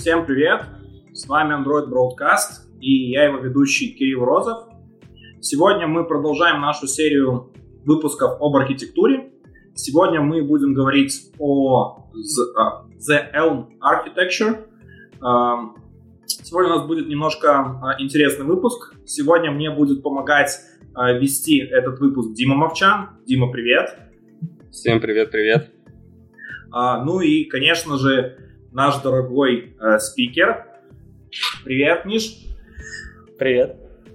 Всем привет! С вами Android Broadcast и я его ведущий Кирилл Розов. Сегодня мы продолжаем нашу серию выпусков об архитектуре. Сегодня мы будем говорить о The Elm Architecture. Сегодня у нас будет немножко интересный выпуск. Сегодня мне будет помогать вести этот выпуск Дима Мовчан. Дима, привет! Всем привет-привет! Ну и, конечно же, наш дорогой спикер. Привет, Миш. Привет.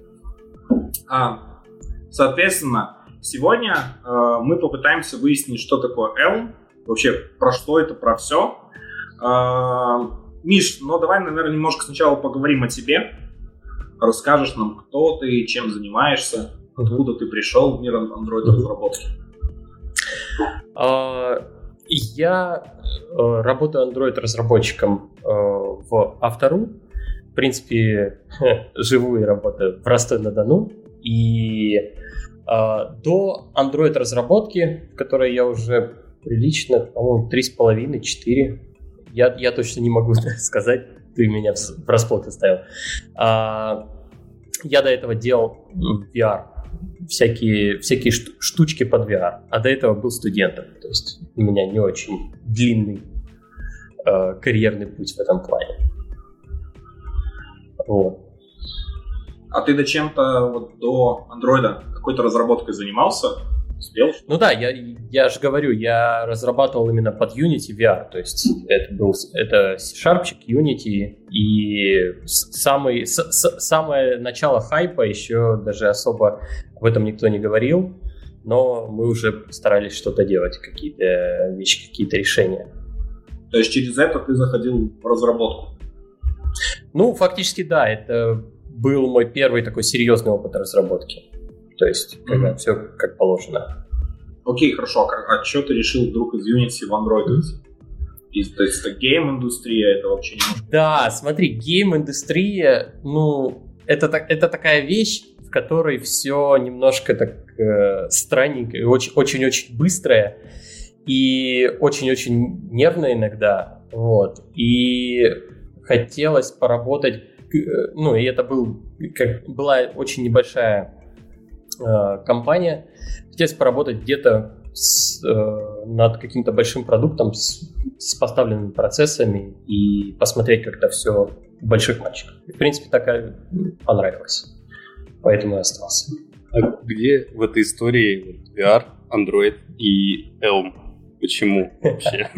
Соответственно, сегодня мы попытаемся выяснить, что такое Elm, вообще про что это, про все. Миш, давай, наверное, немножко сначала поговорим о тебе. Расскажешь нам, кто ты, чем занимаешься, откуда ты пришел в мир Android-разработки. Я работаю Android-разработчиком в Автору. В принципе, живу и работаю в Ростове-на-Дону. И до Android-разработки, в которой я уже прилично, по-моему, 3,5-4, я точно не могу сказать, ты меня врасплох оставил. Я до этого делал VR. Всякие штучки под VR, а до этого был студентом, то есть у меня не очень длинный карьерный путь в этом плане. Вот. А ты до андроида какой-то разработкой занимался? Успел? Ну да, я же говорю, я разрабатывал именно под Unity VR, то есть это C-Sharpчик, Unity, и самое начало хайпа, еще даже особо об этом никто не говорил, но мы уже старались что-то делать, какие-то вещи, какие-то решения. То есть через это ты заходил в разработку? Ну, фактически да, это был мой первый такой серьезный опыт разработки. То есть, когда все как положено. Окей, хорошо. А что ты решил вдруг из Unity в Android? То есть это гейм-индустрия, это вообще немножко... Да, смотри, гейм-индустрия, это такая вещь, в которой все немножко так странненько и очень-очень быстрое и очень-очень нервно иногда. Вот. И хотелось поработать... и это была очень небольшая компания, хотелось поработать где-то над каким-то большим продуктом с поставленными процессами и посмотреть как-то все в больших мальчиках. И, в принципе, так понравилось. Поэтому я остался. А где в этой истории VR, Android и Elm? Почему вообще?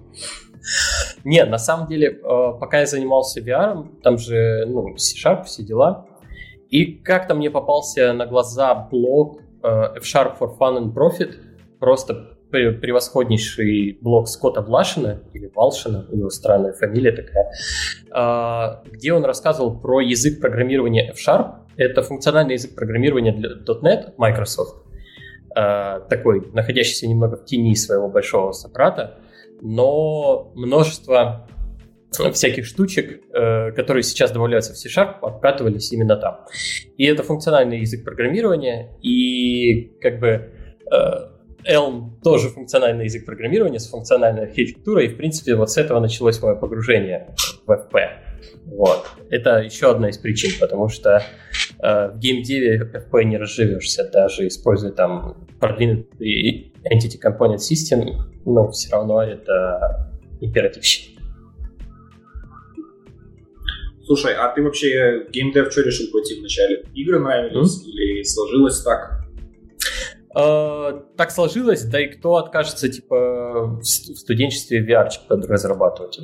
Нет, на самом деле, пока я занимался VR, там же C-Sharp, все дела. И как-то мне попался на глаза блог F-Sharp for Fun and Profit, просто превосходнейший блог Скотта Влашина, или Валшина, у него странная фамилия такая, где он рассказывал про язык программирования F-Sharp. Это функциональный язык программирования для .NET от Microsoft, такой, находящийся немного в тени своего большого собрата, но множество всяких штучек, которые сейчас добавляются в C-Sharp, обкатывались именно там. И это функциональный язык программирования, и Elm тоже функциональный язык программирования с функциональной архитектурой, и в принципе вот с этого началось мое погружение в FP. Вот. Это еще одна из причин, потому что в геймдеве FP не разживешься, даже используя там продвинутый Entity Component System, но все равно это императивщина. Слушай, а ты вообще в геймдев что решил пойти вначале? Игры нравились или сложилось так? Так сложилось, да и кто откажется в студенчестве VR-чик разрабатывать?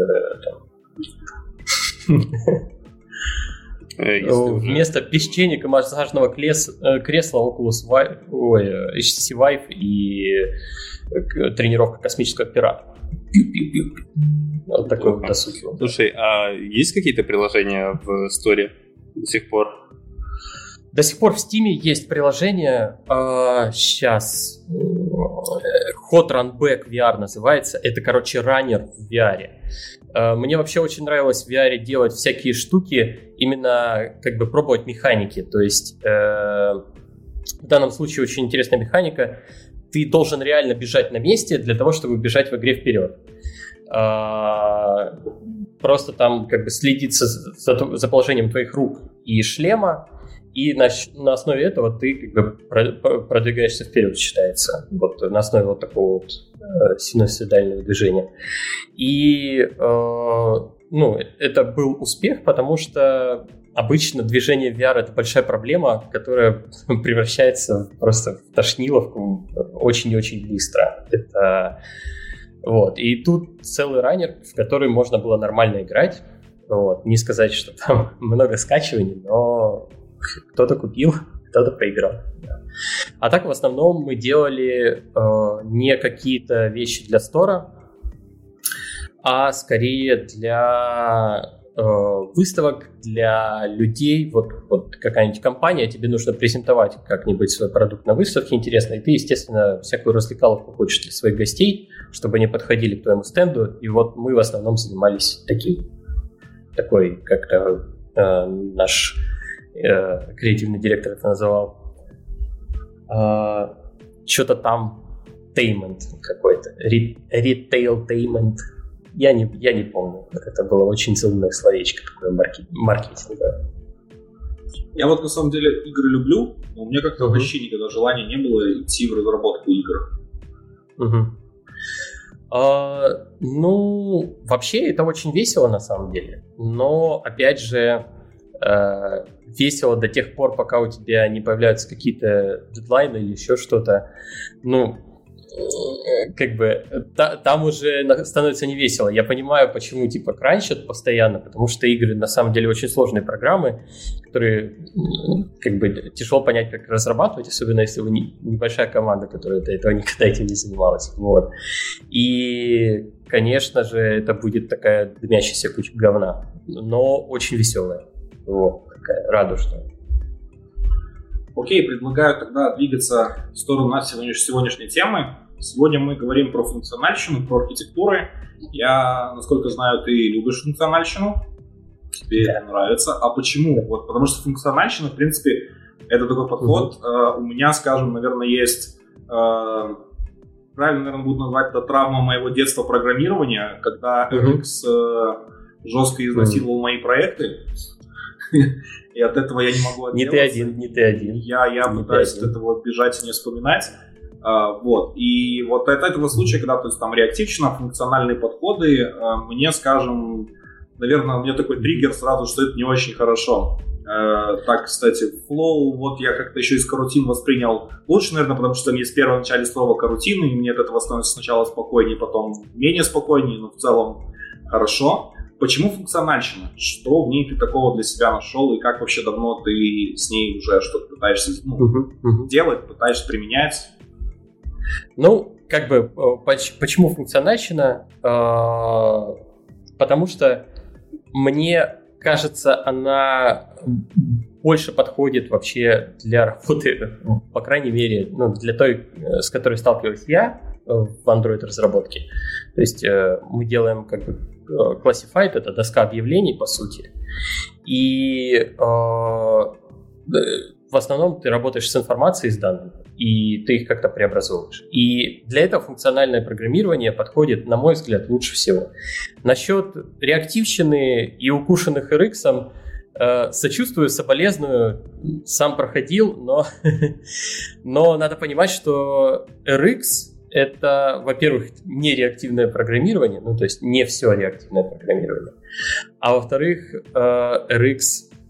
Вместо песчинок и массажного кресла Oculus HTC Vive и тренировка космического пирата. Вот такой вот досуг. Слушай, а есть какие-то приложения в Store до сих пор? До сих пор в Steam есть приложение, сейчас Hot Run Back VR называется. Это, раннер в VR. Мне вообще очень нравилось в VR делать всякие штуки, именно пробовать механики. То есть в данном случае очень интересная механика. Ты должен реально бежать на месте для того, чтобы бежать в игре вперед. просто там как бы следится за положением твоих рук и шлема, и на основе этого ты как бы продвигаешься вперед, считается. Вот на основе вот такого вот синусоидального движения. И это был успех, потому что обычно движение VR — это большая проблема, которая превращается просто в тошниловку очень-очень быстро. Вот. И тут целый раннер, в который можно было нормально играть. Вот. Не сказать, что там много скачиваний, но кто-то купил, кто-то проиграл. А так в основном мы делали не какие-то вещи для стора, а скорее для выставок, для людей. Вот какая-нибудь компания, тебе нужно презентовать как-нибудь свой продукт на выставке интересно, и ты, естественно, всякую развлекаловку хочешь для своих гостей, чтобы они подходили к твоему стенду, и вот мы в основном занимались такой, как-то наш креативный директор это называл, что-то там теймент какой-то, ритейл-теймент. Я не помню. Это было очень целое словечко такое маркетинговое. Я вот на самом деле игры люблю, но у меня как-то вообще никогда желания не было идти в разработку игр. Вообще это очень весело на самом деле. Но, опять же, весело до тех пор, пока у тебя не появляются какие-то дедлайны или еще что-то. Как бы там уже становится не весело. Я понимаю, почему кранчат постоянно, потому что игры на самом деле очень сложные программы, которые как бы тяжело понять, как разрабатывать, особенно если вы небольшая команда, которая до этого никогда этим не занималась. Вот. И, конечно же, это будет такая дымящаяся куча говна, но очень веселая. Вот, такая радужная. Окей, предлагаю тогда двигаться в сторону нашей сегодняшней темы. Сегодня мы говорим про функциональщину, про архитектуры. Я, насколько знаю, ты любишь функциональщину. Тебе это нравится. А почему? Вот, потому что функциональщина, в принципе, это такой подход. У меня, скажем, наверное, есть... правильно, наверное, буду назвать это травма моего детства программирования, когда RX жестко изнасиловал мои проекты. И от этого я не могу отделаться. Не ты один. Я пытаюсь от этого бежать и не вспоминать. Вот. И вот от этого случая, когда то есть, там реактивщина, функциональные подходы, мне, скажем, наверное, у меня такой триггер сразу, что это не очень хорошо. Так, кстати, flow, вот я как-то еще из карутин воспринял лучше, наверное, потому что есть в первом начале слова карутины, и мне от этого становится сначала спокойнее, потом менее спокойнее, но в целом хорошо. Почему функциональщина? Что в ней ты такого для себя нашел, и как вообще давно ты с ней уже что-то пытаешься делать, пытаешься применять? Почему функциональщина? Потому что мне кажется, она больше подходит вообще для работы, по крайней мере, для той, с которой сталкиваюсь я в Android-разработке. То есть мы делаем как бы Classified, это доска объявлений, по сути. И в основном ты работаешь с информацией, с данными, и ты их как-то преобразовываешь. И для этого функциональное программирование подходит, на мой взгляд, лучше всего. Насчет реактивщины и укушенных RX сочувствую, соболезную, сам проходил, но надо понимать, что RX это, во-первых, не реактивное программирование, то есть не все реактивное программирование, а во-вторых, RX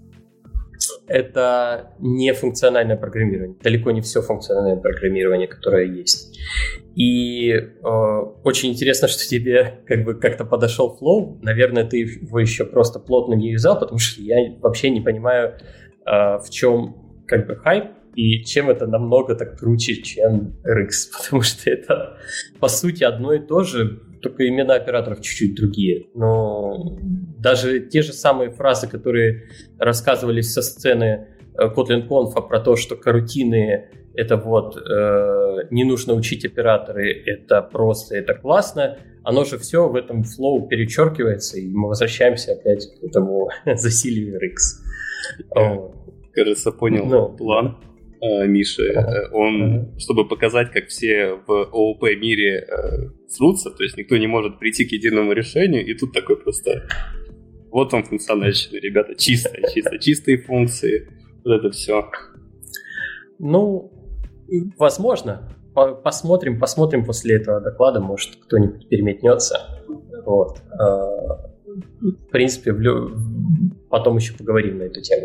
это не функциональное программирование, далеко не все функциональное программирование, которое есть. И очень интересно, что тебе как-то подошел Flow. Наверное, ты его еще просто плотно не юзал, потому что я вообще не понимаю, в чем хайп и чем это намного так круче, чем RX, потому что это по сути одно и то же, только имена операторов чуть-чуть другие. Но даже те же самые фразы, которые рассказывались со сцены Kotlin Conf про то, что карутины — это не нужно учить операторы, это просто, это классно, оно же все в этом Flow перечеркивается, и мы возвращаемся опять к этому засилию RX. Кажется, понял план Миши. Он, чтобы показать, как все в ООП мире срутся, то есть никто не может прийти к единому решению, и тут такой просто Вот вам функциональщина, ребята, чистые функции, вот это все. Ну, возможно. Посмотрим после этого доклада, может, кто-нибудь переметнется. Вот. В принципе, потом еще поговорим на эту тему.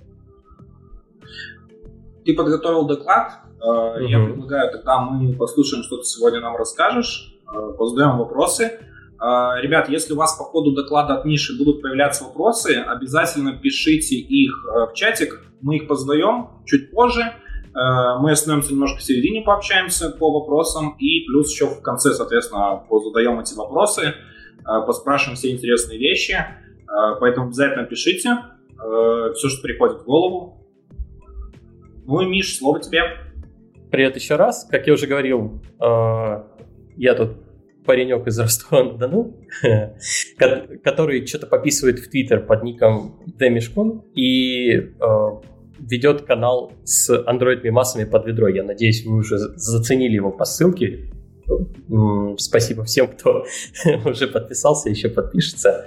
Ты подготовил доклад. Я предлагаю, тогда мы послушаем, что ты сегодня нам расскажешь, позадаем вопросы. Ребят, если у вас по ходу доклада от Миши будут появляться вопросы, обязательно пишите их в чатик, мы их позадаем чуть позже. Мы остановимся немножко в середине, пообщаемся по вопросам, и плюс еще в конце, соответственно, позадаем эти вопросы, поспрашиваем все интересные вещи, поэтому обязательно пишите все, что приходит в голову. Ну и, Миш, слово тебе. Привет еще раз. Как я уже говорил, я тут паренек из Ростова-на-Дону, который что-то пописывает в Твиттер под ником Демишкун и ведет канал с Android-мемасами под ведро. Я надеюсь, вы уже заценили его по ссылке. Спасибо всем, кто уже подписался, еще подпишется.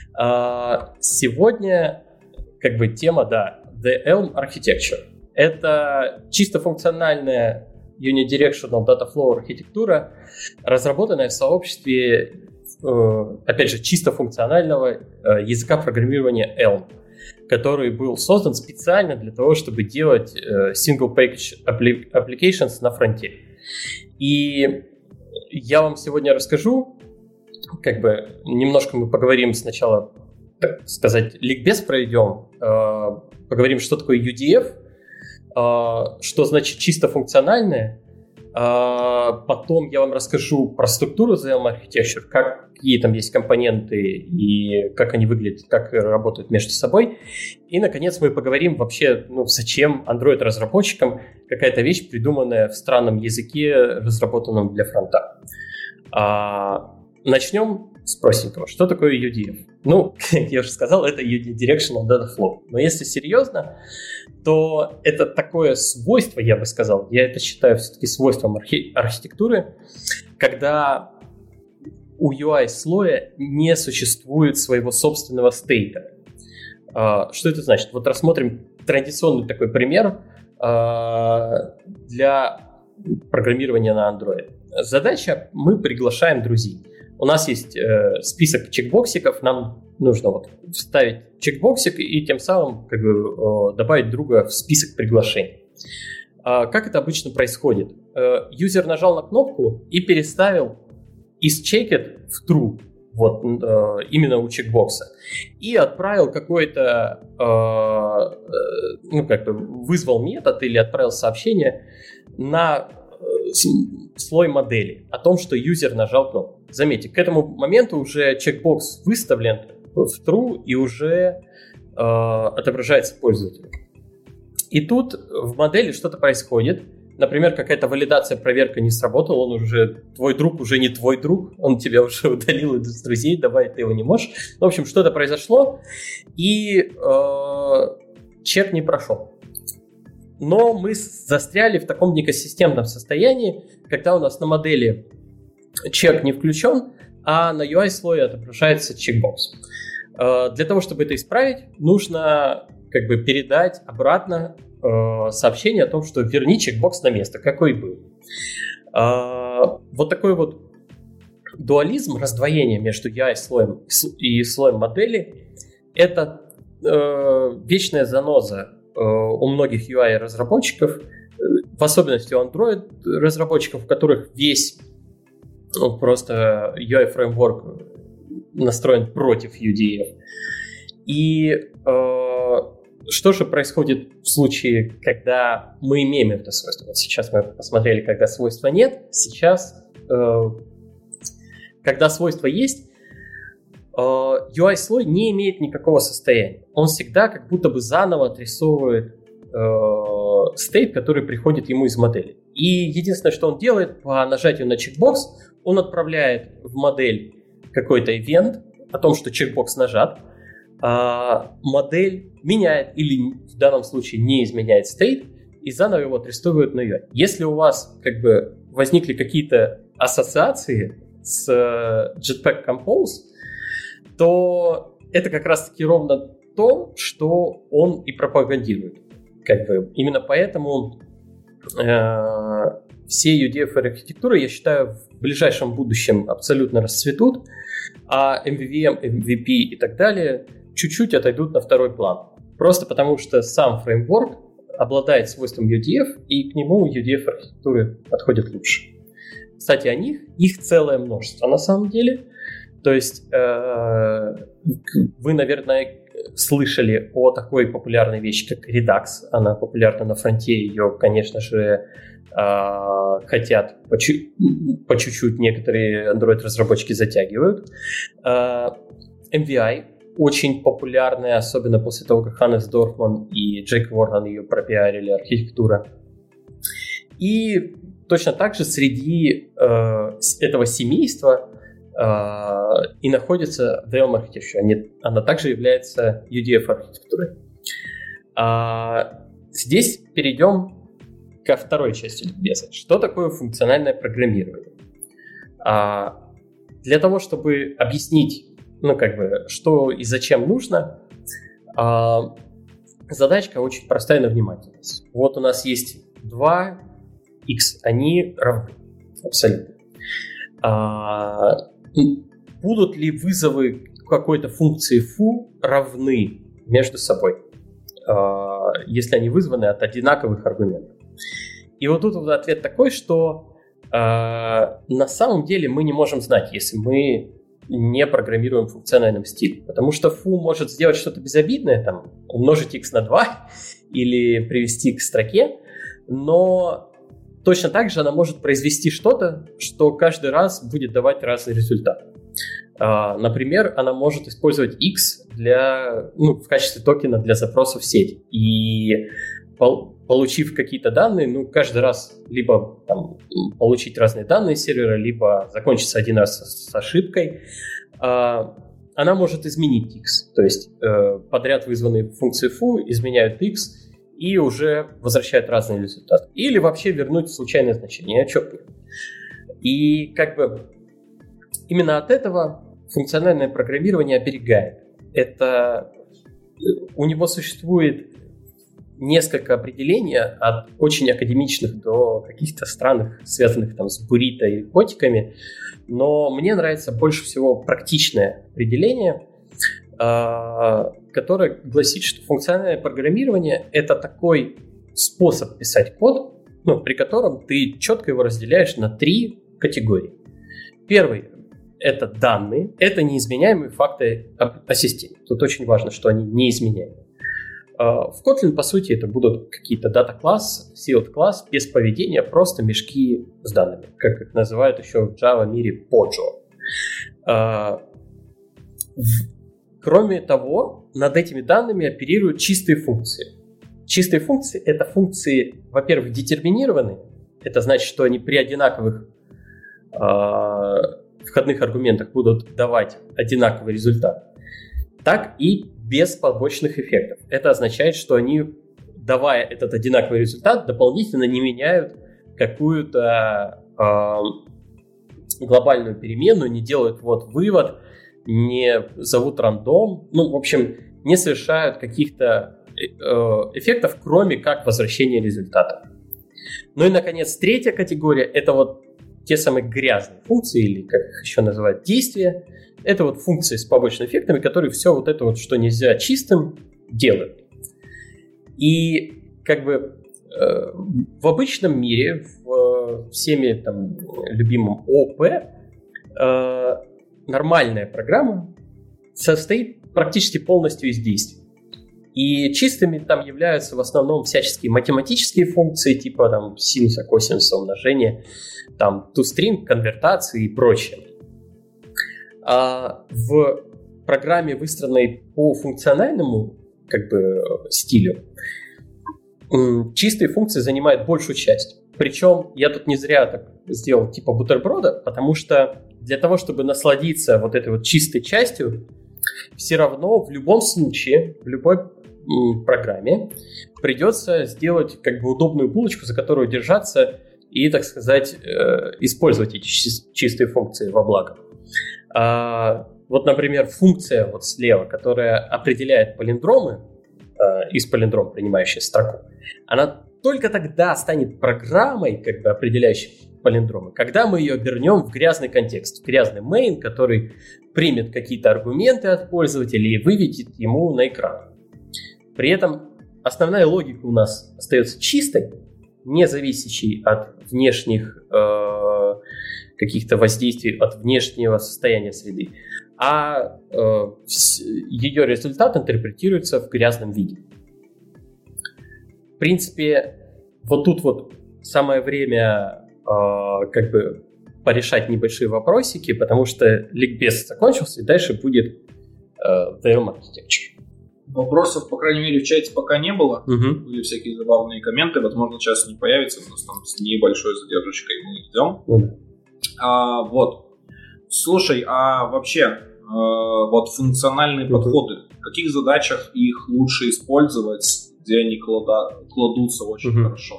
Сегодня тема, The Elm Architecture. Это чисто функциональная Unidirectional Data Flow архитектура, разработанная в сообществе, опять же, чисто функционального языка программирования Elm, который был создан специально для того, чтобы делать single package applications на фронте. И я вам сегодня расскажу, немножко мы поговорим сначала, так сказать, ликбез проведем, поговорим, что такое UDF, что значит чисто функциональное. Потом я вам расскажу про структуру The Elm Architecture, какие там есть компоненты и как они выглядят, как работают между собой. И, наконец, мы поговорим вообще, зачем Android-разработчикам какая-то вещь, придуманная в странном языке, разработанном для фронта. Начнем с простенького. Что такое UDF? Как я уже сказал, это Unidirectional Data Flow. Но если серьезно, то это такое свойство, я бы сказал, я это считаю все-таки свойством архитектуры, когда у UI-слоя не существует своего собственного стейта. Что это значит? Вот рассмотрим традиционный такой пример для программирования на Android. Задача: мы приглашаем друзей. У нас есть список чекбоксиков, нам нужно вставить чекбоксик и тем самым добавить друга в список приглашений. Как это обычно происходит? Юзер нажал на кнопку и переставил из checked в true, именно у чекбокса, и отправил какой-то, вызвал метод или отправил сообщение на слой модели о том, что юзер нажал кнопку. Заметьте, к этому моменту уже чекбокс выставлен в true и уже отображается пользователю. И тут в модели что-то происходит. Например, какая-то валидация, проверка не сработала, твой друг уже не твой друг, он тебя уже удалил из друзей, добавить ты его не можешь. В общем, что-то произошло, и чек не прошел. Но мы застряли в таком некосистемном состоянии, когда у нас на модели чек не включен, а на UI-слое отображается чекбокс. Для того, чтобы это исправить, нужно передать обратно сообщение о том, что верни чекбокс на место, какой был. Вот такой дуализм, раздвоение между UI-слоем и слоем модели — это вечная заноза у многих UI-разработчиков, в особенности у Android-разработчиков, у которых весь просто UI-фреймворк настроен против UDF. И что же происходит в случае, когда мы имеем это свойство? Вот сейчас мы посмотрели, когда свойства нет. Сейчас, когда свойства есть, UI-слой не имеет никакого состояния. Он всегда как будто бы заново отрисовывает стейт, который приходит ему из модели. И единственное, что он делает, по нажатию на чекбокс, он отправляет в модель какой-то ивент о том, что чекбокс нажат. Модель меняет или в данном случае не изменяет стейт и заново его отрисовывает на UI. Если у вас возникли какие-то ассоциации с Jetpack Compose, то это как раз-таки ровно то, что он и пропагандирует. Как бы именно поэтому все UDF-архитектуры, я считаю, в ближайшем будущем абсолютно расцветут, а MVVM, MVP и так далее чуть-чуть отойдут на второй план. Просто потому, что сам фреймворк обладает свойством UDF, и к нему UDF-архитектуры подходят лучше. Кстати, их целое множество на самом деле. То есть вы, наверное, слышали о такой популярной вещи, как Redux. Она популярна на фронте, ее, конечно же, хотят по чуть-чуть некоторые Android-разработчики затягивают. MVI очень популярная, особенно после того, как Ханнес Дорфман и Джейк Ворнан ее пропиарили, архитектура. И точно так же среди этого семейства и находится Realm Architecture. Она также является UDF-архитектурой. Здесь перейдем ко второй части ликбеза. Что такое функциональное программирование? Для того, чтобы объяснить, что и зачем нужно, задачка очень простая на внимательность. Вот у нас есть 2 x, они равны абсолютно. Будут ли вызовы какой-то функции foo равны между собой, если они вызваны от одинаковых аргументов? И вот тут ответ такой, что на самом деле мы не можем знать, если мы не программируем в функциональном стиле. Потому что foo может сделать что-то безобидное, там, умножить x на 2 или привести к строке, но точно так же она может произвести что-то, что каждый раз будет давать разный результат. Например, она может использовать x в качестве токена для запроса в сеть. И получив какие-то данные, каждый раз либо получить разные данные сервера, либо закончиться один раз с ошибкой, она может изменить x. То есть подряд вызванные функции foo изменяют x и уже возвращают разные результаты. Или вообще вернуть случайное значение. И именно от этого функциональное программирование оберегает. У него существует несколько определений, от очень академичных до каких-то странных, связанных с буррито и котиками, но мне нравится больше всего практичное определение, которое гласит, что функциональное программирование — это такой способ писать код, при котором ты четко его разделяешь на 3 категории. Первый — это данные, это неизменяемые факты о системе. Тут очень важно, что они неизменяемы. В Kotlin, по сути, это будут какие-то data-класс, field-класс без поведения, просто мешки с данными, как их называют еще в Java мире POJO. Кроме того, над этими данными оперируют чистые функции. Чистые функции — это функции, во-первых, детерминированные, это значит, что они при одинаковых входных аргументах будут давать одинаковый результат, так и без побочных эффектов. Это означает, что они, давая этот одинаковый результат, дополнительно не меняют какую-то глобальную переменную, не делают вывод, не зовут рандом, не совершают каких-то эффектов, кроме как возвращения результата. Ну и, наконец, третья категория — это те самые грязные функции, или, как их еще называют, действия. Это функции с побочными эффектами, которые все это, что нельзя чистым, делают. И в обычном мире, в всеми любимом ООП, нормальная программа состоит практически полностью из действий. И чистыми являются в основном всяческие математические функции, типа синуса, косинуса, умножения, toString, конвертации и прочее. А в программе, выстроенной по функциональному стилю, чистые функции занимают большую часть. Причем я тут не зря так сделал типа бутерброда, потому что для того, чтобы насладиться этой чистой частью, все равно в любом случае, в любой программе придется сделать удобную булочку, за которую держаться и, так сказать, использовать эти чистые функции во благо. вот, например, функция вот слева, которая определяет палиндромы, из палиндром, принимающей строку, она только тогда станет программой, как бы определяющей палиндромы, когда мы ее обернем в грязный контекст, в грязный main, который примет какие-то аргументы от пользователя и выведет ему на экран. При этом основная логика у нас остается чистой, не зависящей от внешних каких-то воздействий, от внешнего состояния среды, а ее результат интерпретируется в грязном виде. В принципе, вот тут вот самое время как бы порешать небольшие вопросики, потому что ликбез закончился, и дальше будет VM Architecture. Вопросов, по крайней мере, в чате пока не было. Были всякие забавные комменты. Возможно, сейчас не появится, у нас там с небольшой задержкой мы идем. Вот. Слушай, а вообще, вот функциональные подходы, в каких задачах их лучше использовать, где они кладутся очень хорошо?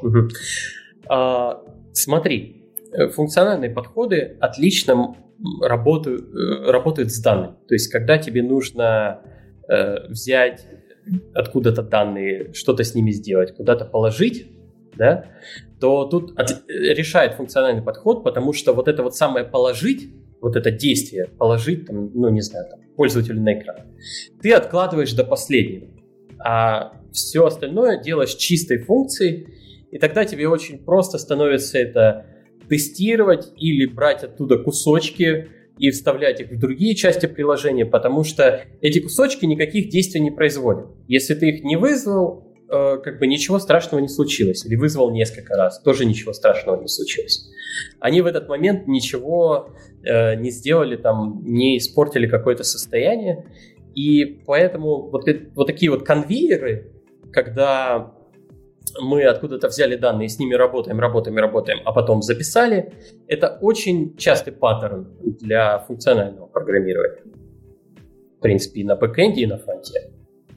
Смотри, функциональные подходы отлично работают с данными. То есть, когда тебе нужно взять откуда-то данные, что-то с ними сделать, куда-то положить, да, то тут решает функциональный подход, потому что вот это вот самое положить, вот это действие, положить, там, ну не знаю, там, пользователю на экран, ты откладываешь до последнего, а все остальное делаешь чистой функцией, и тогда тебе очень просто становится это тестировать или брать оттуда кусочки и вставлять их в другие части приложения, потому что эти кусочки никаких действий не производят. Если ты их не вызвал, как бы ничего страшного не случилось. Или вызвал несколько раз, тоже ничего страшного не случилось. Они в этот момент ничего не сделали, там, не испортили какое-то состояние. И поэтому вот такие вот конвейеры, когда мы откуда-то взяли данные, с ними работаем, а потом записали, это очень частый паттерн для функционального программирования. В принципе, и на бэкэнде, и на фронте.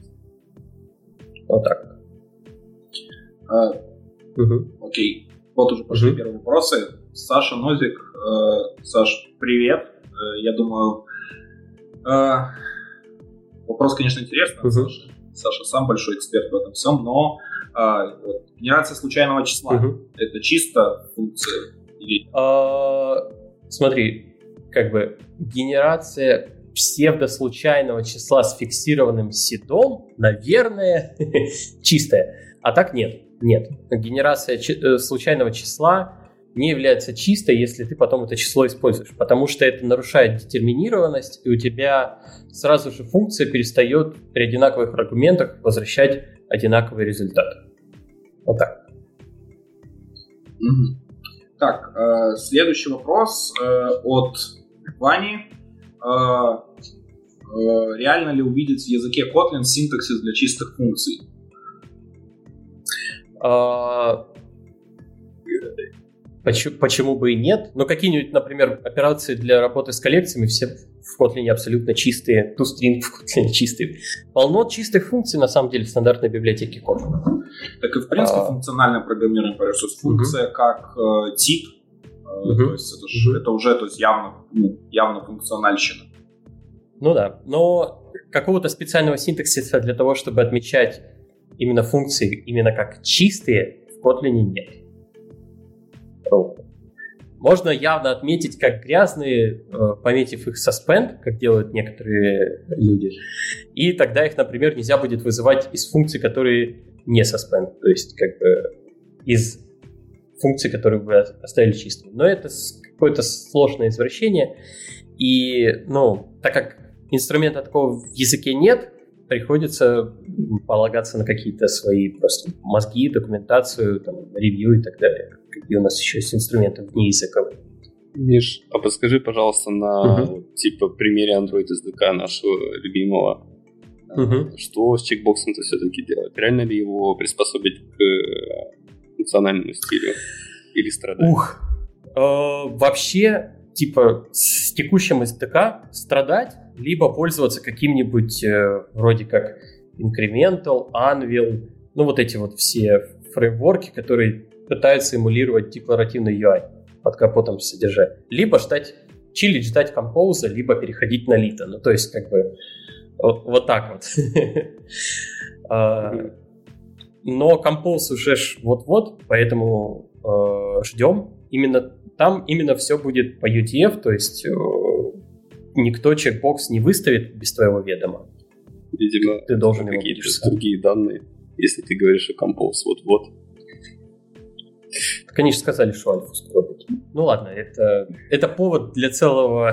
Вот так. Окей. Вот уже пошли первые вопросы. Саша Нозик. Саш, привет. Я думаю, вопрос, конечно, интересный. Саша сам большой эксперт в этом всем, но генерация случайного числа это чисто функция? Смотри, как бы генерация псевдослучайного числа с фиксированным сидом, наверное, чистая. А так нет. Генерация случайного числа не является чистой, если ты потом это число используешь, потому что это нарушает детерминированность, и у тебя сразу же функция перестает при одинаковых аргументах возвращать одинаковый результат. Вот так. Так, следующий вопрос от Вани. Реально ли увидеть в языке Kotlin синтаксис для чистых функций? Почему бы и нет? Но какие-нибудь, например, операции для работы с коллекциями все в Kotlin абсолютно чистые. ToString в Kotlin чистый. Полно чистых функций, на самом деле, в стандартной библиотеке Kotlin. Так и, в принципе, функциональное программирование, то есть функция как тип, то есть это уже то есть явно функциональщина. Ну да, но какого-то специального синтаксиса для того, чтобы отмечать именно функции, именно как чистые, в Kotlin нет. Можно явно отметить как грязные, пометив их suspend, как делают некоторые люди. И тогда их, например, нельзя будет вызывать из функций, которые не suspend, то есть как бы из функций, которые вы оставили чистыми. Но это какое-то сложное извращение. И, так как инструмента такого в языке нет, приходится полагаться на какие-то свои просто мозги, документацию, там, ревью и так далее. Какие у нас еще есть инструменты вне языковых. Миш, а подскажи, пожалуйста, на примере Android SDK нашего любимого, что с чекбоксом-то все-таки делать? Реально ли его приспособить к функциональному стилю или страдать? Вообще, с текущим SDK страдать, либо пользоваться каким-нибудь вроде как Incremental, Anvil, вот эти вот все фреймворки, которые пытаются эмулировать декларативный UI под капотом содержать. Либо ждать чилить, ждать композа, либо переходить на лито. Ну, то есть, как бы, вот так вот. Но композ уже вот-вот, поэтому ждем. Именно все будет по UTF, то есть никто чекбокс не выставит без твоего ведома. Видимо, ты должен какие-то другие данные, если ты говоришь, что композ вот-вот. Так они же сказали, что альфу скоро будет. Ну ладно, это повод для целого...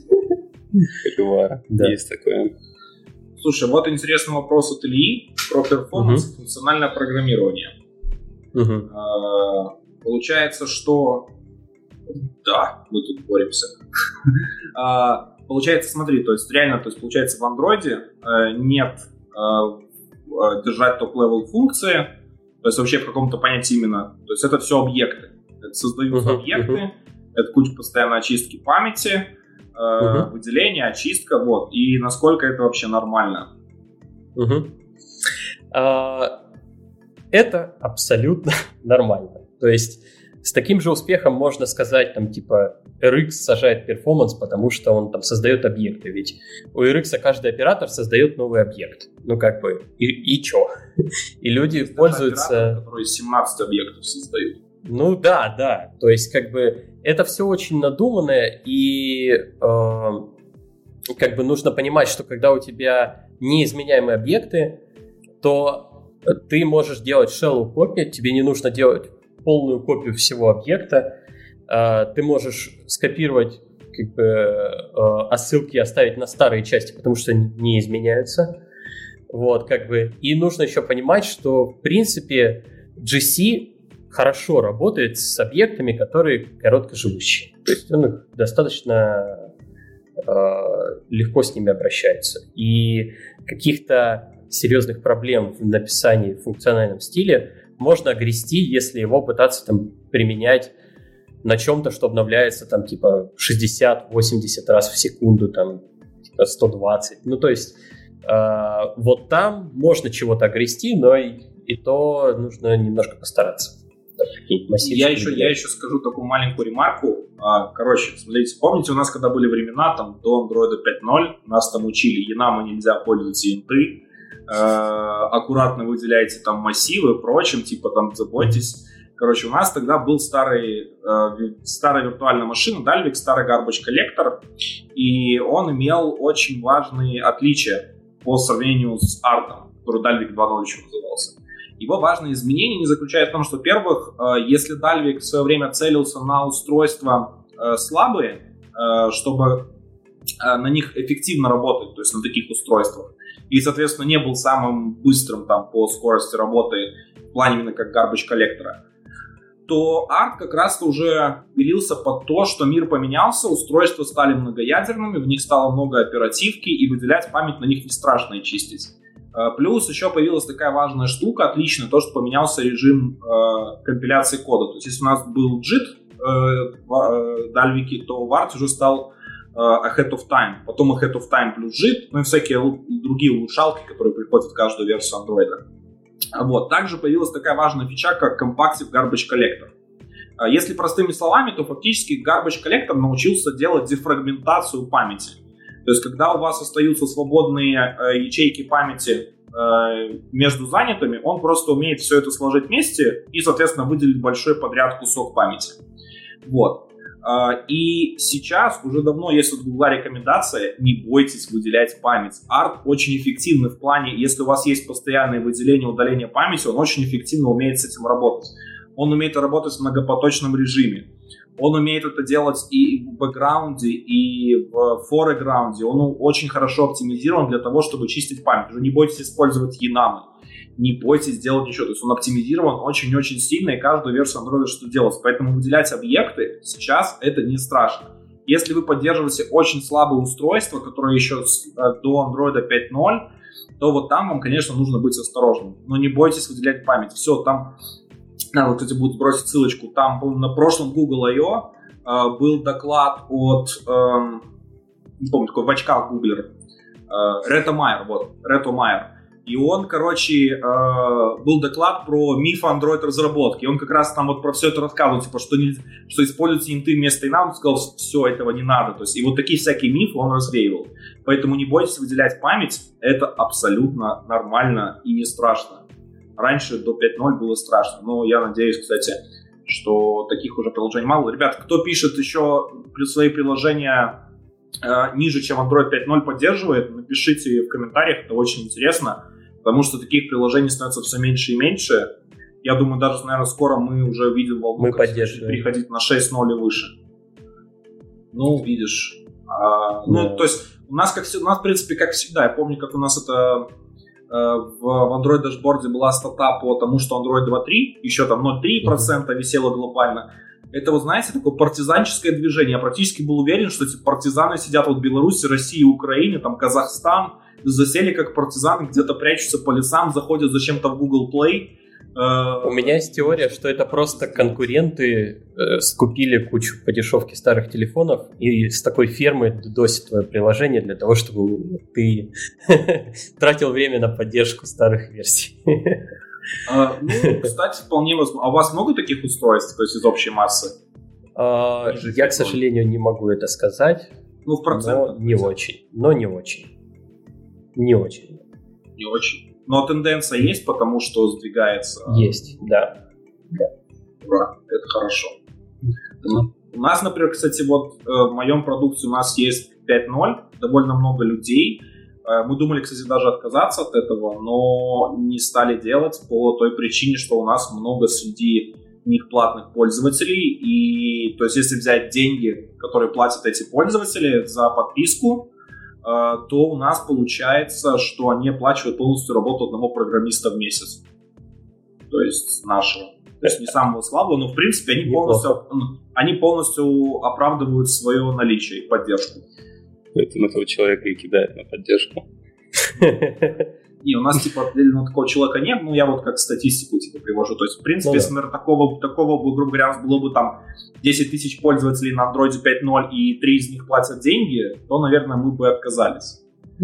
Да. Есть такое. Слушай, вот интересный вопрос от Ильи про перформанс и функциональное программирование. Получается, что... Да, мы тут боремся. Получается, смотри, то есть реально, получается, в Android нет держать топ-левел функции, то есть вообще в каком-то понятии именно. То есть это все объекты. Это создаются объекты, это куча постоянной очистки памяти, выделение, очистка, вот. И насколько это вообще нормально? Это абсолютно нормально. То есть с таким же успехом можно сказать, там, типа, RX сажает перформанс, потому что он там создает объекты. Ведь у RX каждый оператор создает новый объект. Ну, как бы, и чё? И люди есть пользуются... Операторы, которые 17 объектов создают. Ну, да. То есть, как бы, это все очень надуманное, и как бы нужно понимать, что когда у тебя неизменяемые объекты, то ты можешь делать shallow copy, тебе не нужно делать полную копию всего объекта. Ты можешь скопировать как бы, ссылки и оставить на старые части, потому что не изменяются. Вот, как бы. И нужно еще понимать, что в принципе GC хорошо работает с объектами, которые короткоживущие. То есть он их достаточно легко с ними обращается. И каких-то серьезных проблем в написании в функциональном стиле можно огрести, если его пытаться там применять на чем-то, что обновляется там типа 60-80 раз в секунду, там типа 120. Ну, то есть вот там можно чего-то огрести, но и то нужно немножко постараться. Я еще скажу такую маленькую ремарку. Короче, смотрите, помните, у нас когда были времена там до Android 5.0, нас там учили, enum нельзя пользоваться инты, аккуратно выделяйте там массивы и прочим, типа там заботьтесь. Короче, у нас тогда был старая виртуальная машина, Dalvik, старый garbage collector, и он имел очень важные отличия по сравнению с Art, который Dalvik 2.0 еще назывался. Его важное изменение не заключается в том, что, во-первых, если Dalvik в свое время целился на устройства слабые, чтобы на них эффективно работать, то есть на таких устройствах, и, соответственно, не был самым быстрым там, по скорости работы в плане именно как garbage коллектора, то Art как раз-то уже пилился под то, что мир поменялся, устройства стали многоядерными, в них стало много оперативки, и выделять память на них не страшно и чистить. Плюс еще появилась такая важная штука, отличная, то, что поменялся режим компиляции кода. То есть, если у нас был JIT в Dalvik, то в Art уже стал ahead of time, потом ahead of time плюс JIT, ну и всякие другие улучшалки, которые приходят в каждую версию Android. Вот. Также появилась такая важная фича, как Compactive Garbage Collector. Если простыми словами, то фактически Garbage Collector научился делать дефрагментацию памяти. То есть, когда у вас остаются свободные ячейки памяти между занятыми, он просто умеет все это сложить вместе и, соответственно, выделить большой подряд кусок памяти. Вот. И сейчас уже давно есть от Google рекомендация: не бойтесь выделять память. Art очень эффективный в плане, если у вас есть постоянное выделение, удаление памяти, он очень эффективно умеет с этим работать. Он умеет работать в многопоточном режиме. Он умеет это делать и в бэкграунде, и в фореграунде. Он очень хорошо оптимизирован для того, чтобы чистить память. Уже не бойтесь использовать enum, не бойтесь делать ничего. То есть он оптимизирован очень-очень сильно, и каждую версию Android что делать. Поэтому выделять объекты сейчас это не страшно. Если вы поддерживаете очень слабые устройства, которые еще до Android 5.0, то вот там вам, конечно, нужно быть осторожным. Но не бойтесь выделять память. Все, там... Вот, кстати, буду бросить ссылочку. Там, на прошлом Google I.O. Был доклад от, не помню, такой в очках гуглер, Рето Майер. И он, короче, был доклад про миф Android-разработки. И он как раз там вот про все это рассказывал, типа, что используются инты вместо ина. Он сказал, все, этого не надо. То есть, и вот такие всякие мифы он развеивал. Поэтому не бойтесь выделять память. Это абсолютно нормально и не страшно. Раньше до 5.0 было страшно. Но я надеюсь, кстати, что таких уже приложений мало. Ребят, кто пишет еще свои приложения ниже, чем Android 5.0 поддерживает, напишите в комментариях, это очень интересно. Потому что таких приложений становится все меньше и меньше. Я думаю, даже, наверное, скоро мы уже увидим волну, переходить на 6.0 и выше. Ну, видишь. Ну, то есть, у нас, в принципе, как всегда. Я помню, как у нас это в Android дашборде была стата по тому, что Android 2.3, еще там 0,3% висело глобально. Это, вы знаете, такое партизанческое движение. Я практически был уверен, что эти партизаны сидят вот в Беларуси, России, Украине, там Казахстан, засели как партизаны, где-то прячутся по лесам, заходят зачем-то в Google Play. У меня есть теория, что это просто конкуренты скупили кучу по дешевке старых телефонов и с такой фермы досит твое приложение для того, чтобы ты тратил время на поддержку старых версий. Ну, кстати, вполне возможно. А у вас много таких устройств, то есть из общей массы? Я, к сожалению, не могу это сказать. Ну, в процентах. Не очень. Не очень. Но тенденция есть, потому что сдвигается. Есть, да. Ура, это хорошо. У нас, например, кстати, вот в моем продукте у нас есть 5.0, довольно много людей. Мы думали, кстати, даже отказаться от этого, но не стали делать по той причине, что у нас много среди них платных пользователей. И, то есть, если взять деньги, которые платят эти пользователи за подписку, то у нас получается, что они оплачивают полностью работу одного программиста в месяц. То есть нашего. То есть не самого слабого, но в принципе они полностью оправдывают свое наличие и поддержку. Поэтому этого человека и кидают на поддержку. Не, у нас типа такого человека нет, но я вот как статистику типа привожу. То есть, в принципе, если, например, такого бы, грубо говоря, было бы там 10 тысяч пользователей на Android 5.0 и 3 из них платят деньги, то, наверное, мы бы отказались.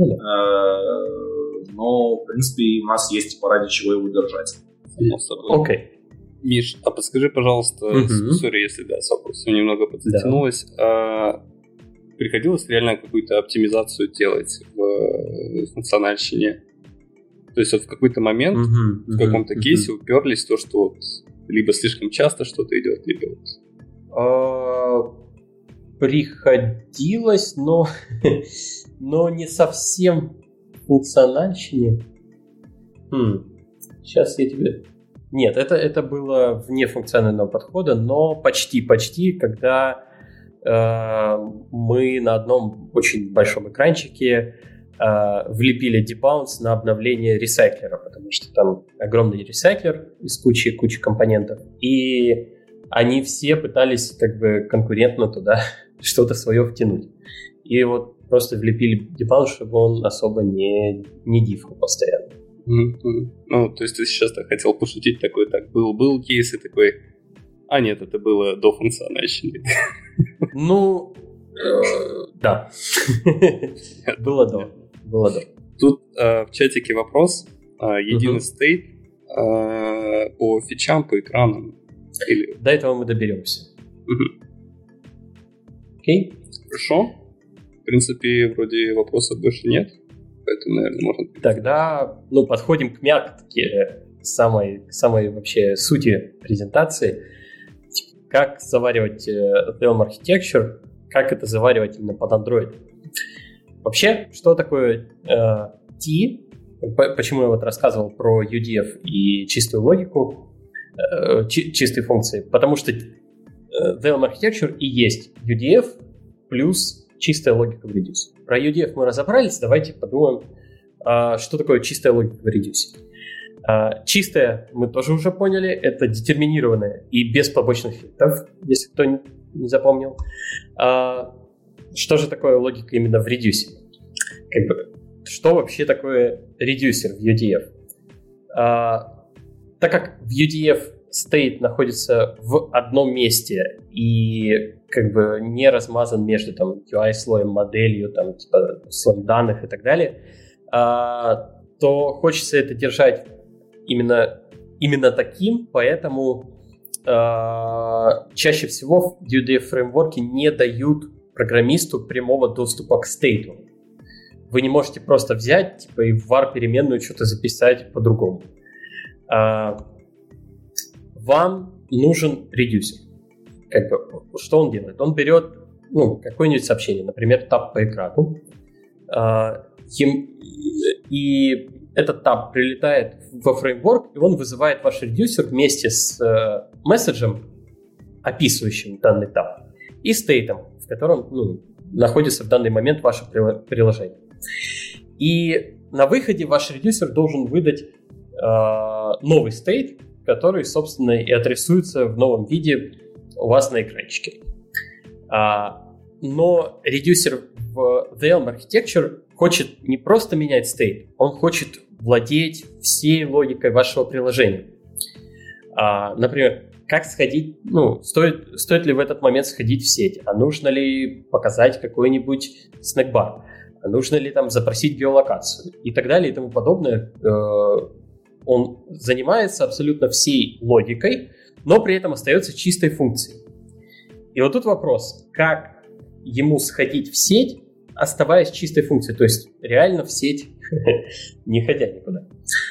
Но, в принципе, у нас есть типа ради чего его держать. Окей. Миш, а подскажи, пожалуйста, сори, если да, с вопросом немного подтянулось, приходилось реально какую-то оптимизацию делать в функциональщине? То есть вот в какой-то момент, в каком-то кейсе уперлись в то, что вот либо слишком часто что-то идет, либо вот... Приходилось, но не совсем в функциональщине. Сейчас я тебе... Нет, это было вне функционального подхода, но почти, когда мы на одном очень большом экранчике влепили debounce на обновление ресайклера, потому что там огромный ресайклер из кучи компонентов, и они все пытались как бы конкурентно туда что-то свое втянуть. И вот просто влепили debounce, чтобы он особо не дифал постоянно. Ну, то есть ты сейчас так хотел пошутить такой, так, был кейс и такой, а нет, это было до функциональщины. Ну, да. Было до. Тут в чатике вопрос. Единый стейт по фичам, по экранам. До этого мы доберемся. Окей? Хорошо. В принципе, вроде вопросов больше нет. Поэтому, наверное, можно... Тогда, подходим к мягкой, самой вообще сути презентации. Как заваривать Realm Architecture, как это заваривать именно под Android. Вообще, что такое T? Почему я вот рассказывал про UDF и чистую логику, чистые функции? Потому что Realm Architecture и есть UDF плюс чистая логика в Reduce. Про UDF мы разобрались, давайте подумаем, что такое чистая логика в Reduce. Чистая, мы тоже уже поняли, это детерминированная и без побочных фильтров, если кто не запомнил. Что же такое логика именно в Reduce? Что вообще такое редюсер в UDF? Так как в UDF state находится в одном месте и не размазан между UI-слоем, моделью, слоем данных и так далее, то хочется это держать именно таким, поэтому чаще всего в Vue.js-фреймворке не дают программисту прямого доступа к стейту. Вы не можете просто взять и в var переменную что-то записать по-другому. Вам нужен редюсер. Что он делает? Он берет какое-нибудь сообщение, например, таб по экрану, и этот таб прилетает во фреймворк, и он вызывает ваш редюсер вместе с месседжем, описывающим данный таб, и стейтом, в котором находится в данный момент ваше приложение. И на выходе ваш редюсер должен выдать новый стейт, который, собственно, и отрисуется в новом виде у вас на экранчике. Но редюсер в The Elm Architecture хочет не просто менять стейт, он хочет владеть всей логикой вашего приложения. Например, как сходить, стоит ли в этот момент сходить в сеть, а нужно ли показать какой-нибудь снэкбар, а нужно ли там запросить геолокацию и так далее и тому подобное. Он занимается абсолютно всей логикой, но при этом остается чистой функцией. И вот тут вопрос, как ему сходить в сеть, оставаясь чистой функцией, то есть реально в сеть, не ходя никуда.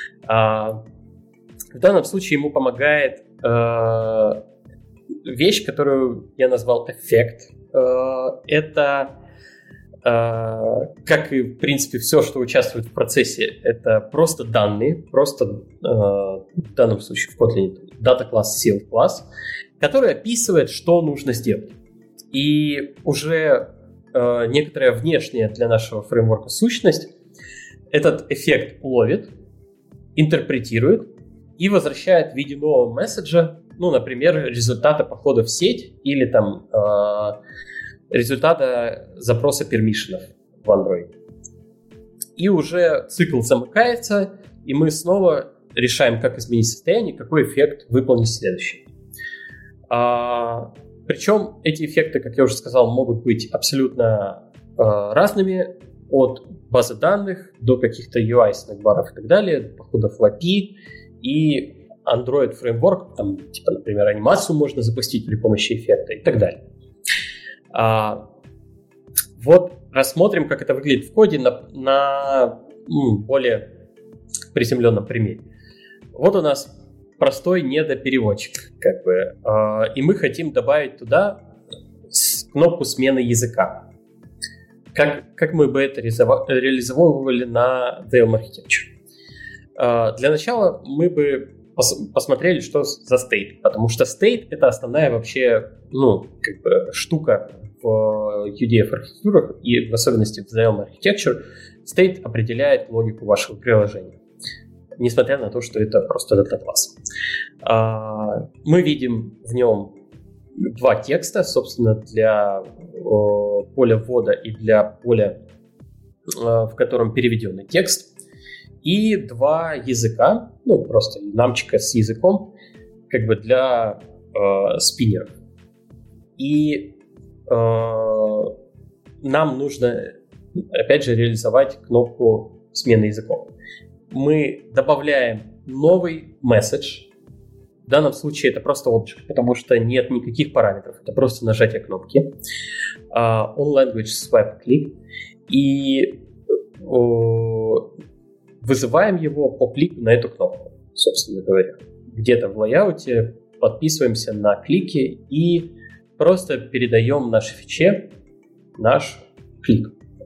В данном случае ему помогает вещь, которую я назвал эффект. Это, как и, в принципе, все, что участвует в процессе, это просто данные, в данном случае в Kotlin data класс, field класс, который описывает, что нужно сделать. И уже некоторая внешняя для нашего фреймворка сущность этот эффект ловит, интерпретирует и возвращает в виде нового месседжа, например, результата похода в сеть или там результата запроса пермишенов в Android. И уже цикл замыкается, и мы снова решаем, как изменить состояние, какой эффект выполнить следующий. Причем эти эффекты, как я уже сказал, могут быть абсолютно разными, от базы данных до каких-то UI, снэкбаров и так далее, походов в API и Android фреймворк, там, например, анимацию можно запустить при помощи эффекта и так далее. Вот рассмотрим, как это выглядит в коде на более приземленном примере. Вот у нас простой недопереводчик, и мы хотим добавить туда кнопку смены языка. Как мы бы это реализовывали на The Elm Architecture? Для начала мы бы посмотрели, что за state, потому что state — это основная вообще штука в UDF-архитектурах, и в особенности в The Elm Architecture. State определяет логику вашего приложения, несмотря на то, что это просто дата-класс. Мы видим в нем два текста, собственно, для поля ввода и для поля, в котором переведенный текст, и два языка, просто намчика с языком, для спиннеров. И нам нужно, опять же, реализовать кнопку смены языков. Мы добавляем новый месседж. В данном случае это просто object, потому что нет никаких параметров. Это просто нажатие кнопки. On-language swipe click. И вызываем его по клику на эту кнопку, собственно говоря. Где-то в лайауте подписываемся на клики и просто передаем нашей фиче наш клик.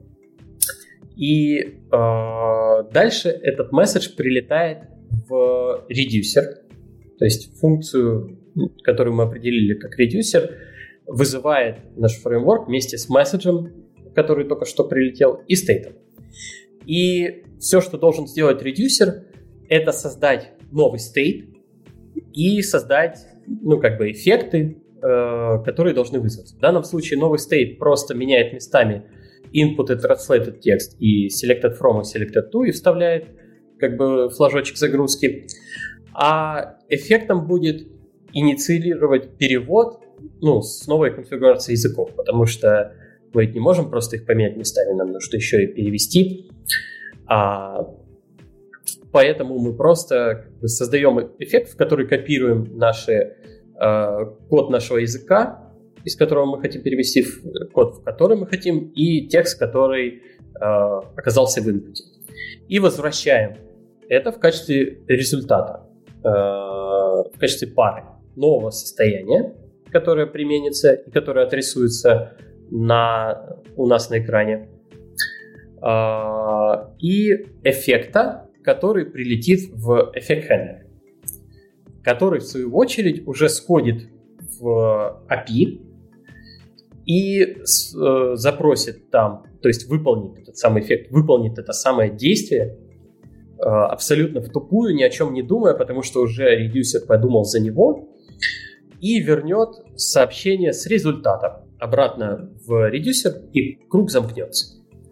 И дальше этот месседж прилетает в редюсер, то есть функцию, которую мы определили как редюсер, вызывает наш фреймворк вместе с месседжем, который только что прилетел, и стейтом. И все, что должен сделать редюсер, это создать новый стейт и создать, эффекты, которые должны вызваться. В данном случае новый стейт просто меняет местами input translated текст и selected from и selected to и вставляет флажочек загрузки. А эффектом будет инициировать перевод с новой конфигурацией языков, потому что мы ведь не можем просто их поменять местами, нам нужно еще и перевести. поэтому мы просто создаем эффект, в который копируем код нашего языка, из которого мы хотим перевести в код, в который мы хотим, и текст, который оказался в инпуте. И возвращаем это в качестве результата, в качестве пары нового состояния, которое применится и которое отрисуется у нас на экране, и эффекта, который прилетит в эффект handler, который в свою очередь уже сходит в API и запросит там, то есть выполнит этот самый эффект, выполнит это самое действие абсолютно втупую, ни о чем не думая, потому что уже редюсер подумал за него, и вернет сообщение с результатом обратно в редюсер, и круг замкнется.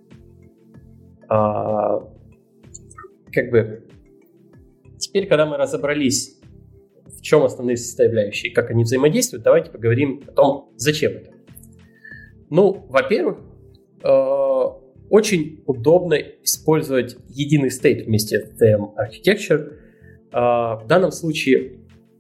Теперь, когда мы разобрались, в чем основные составляющие, как они взаимодействуют, давайте поговорим о том, зачем это. Во-первых, очень удобно использовать единый стейт вместе с VM Architecture. В данном случае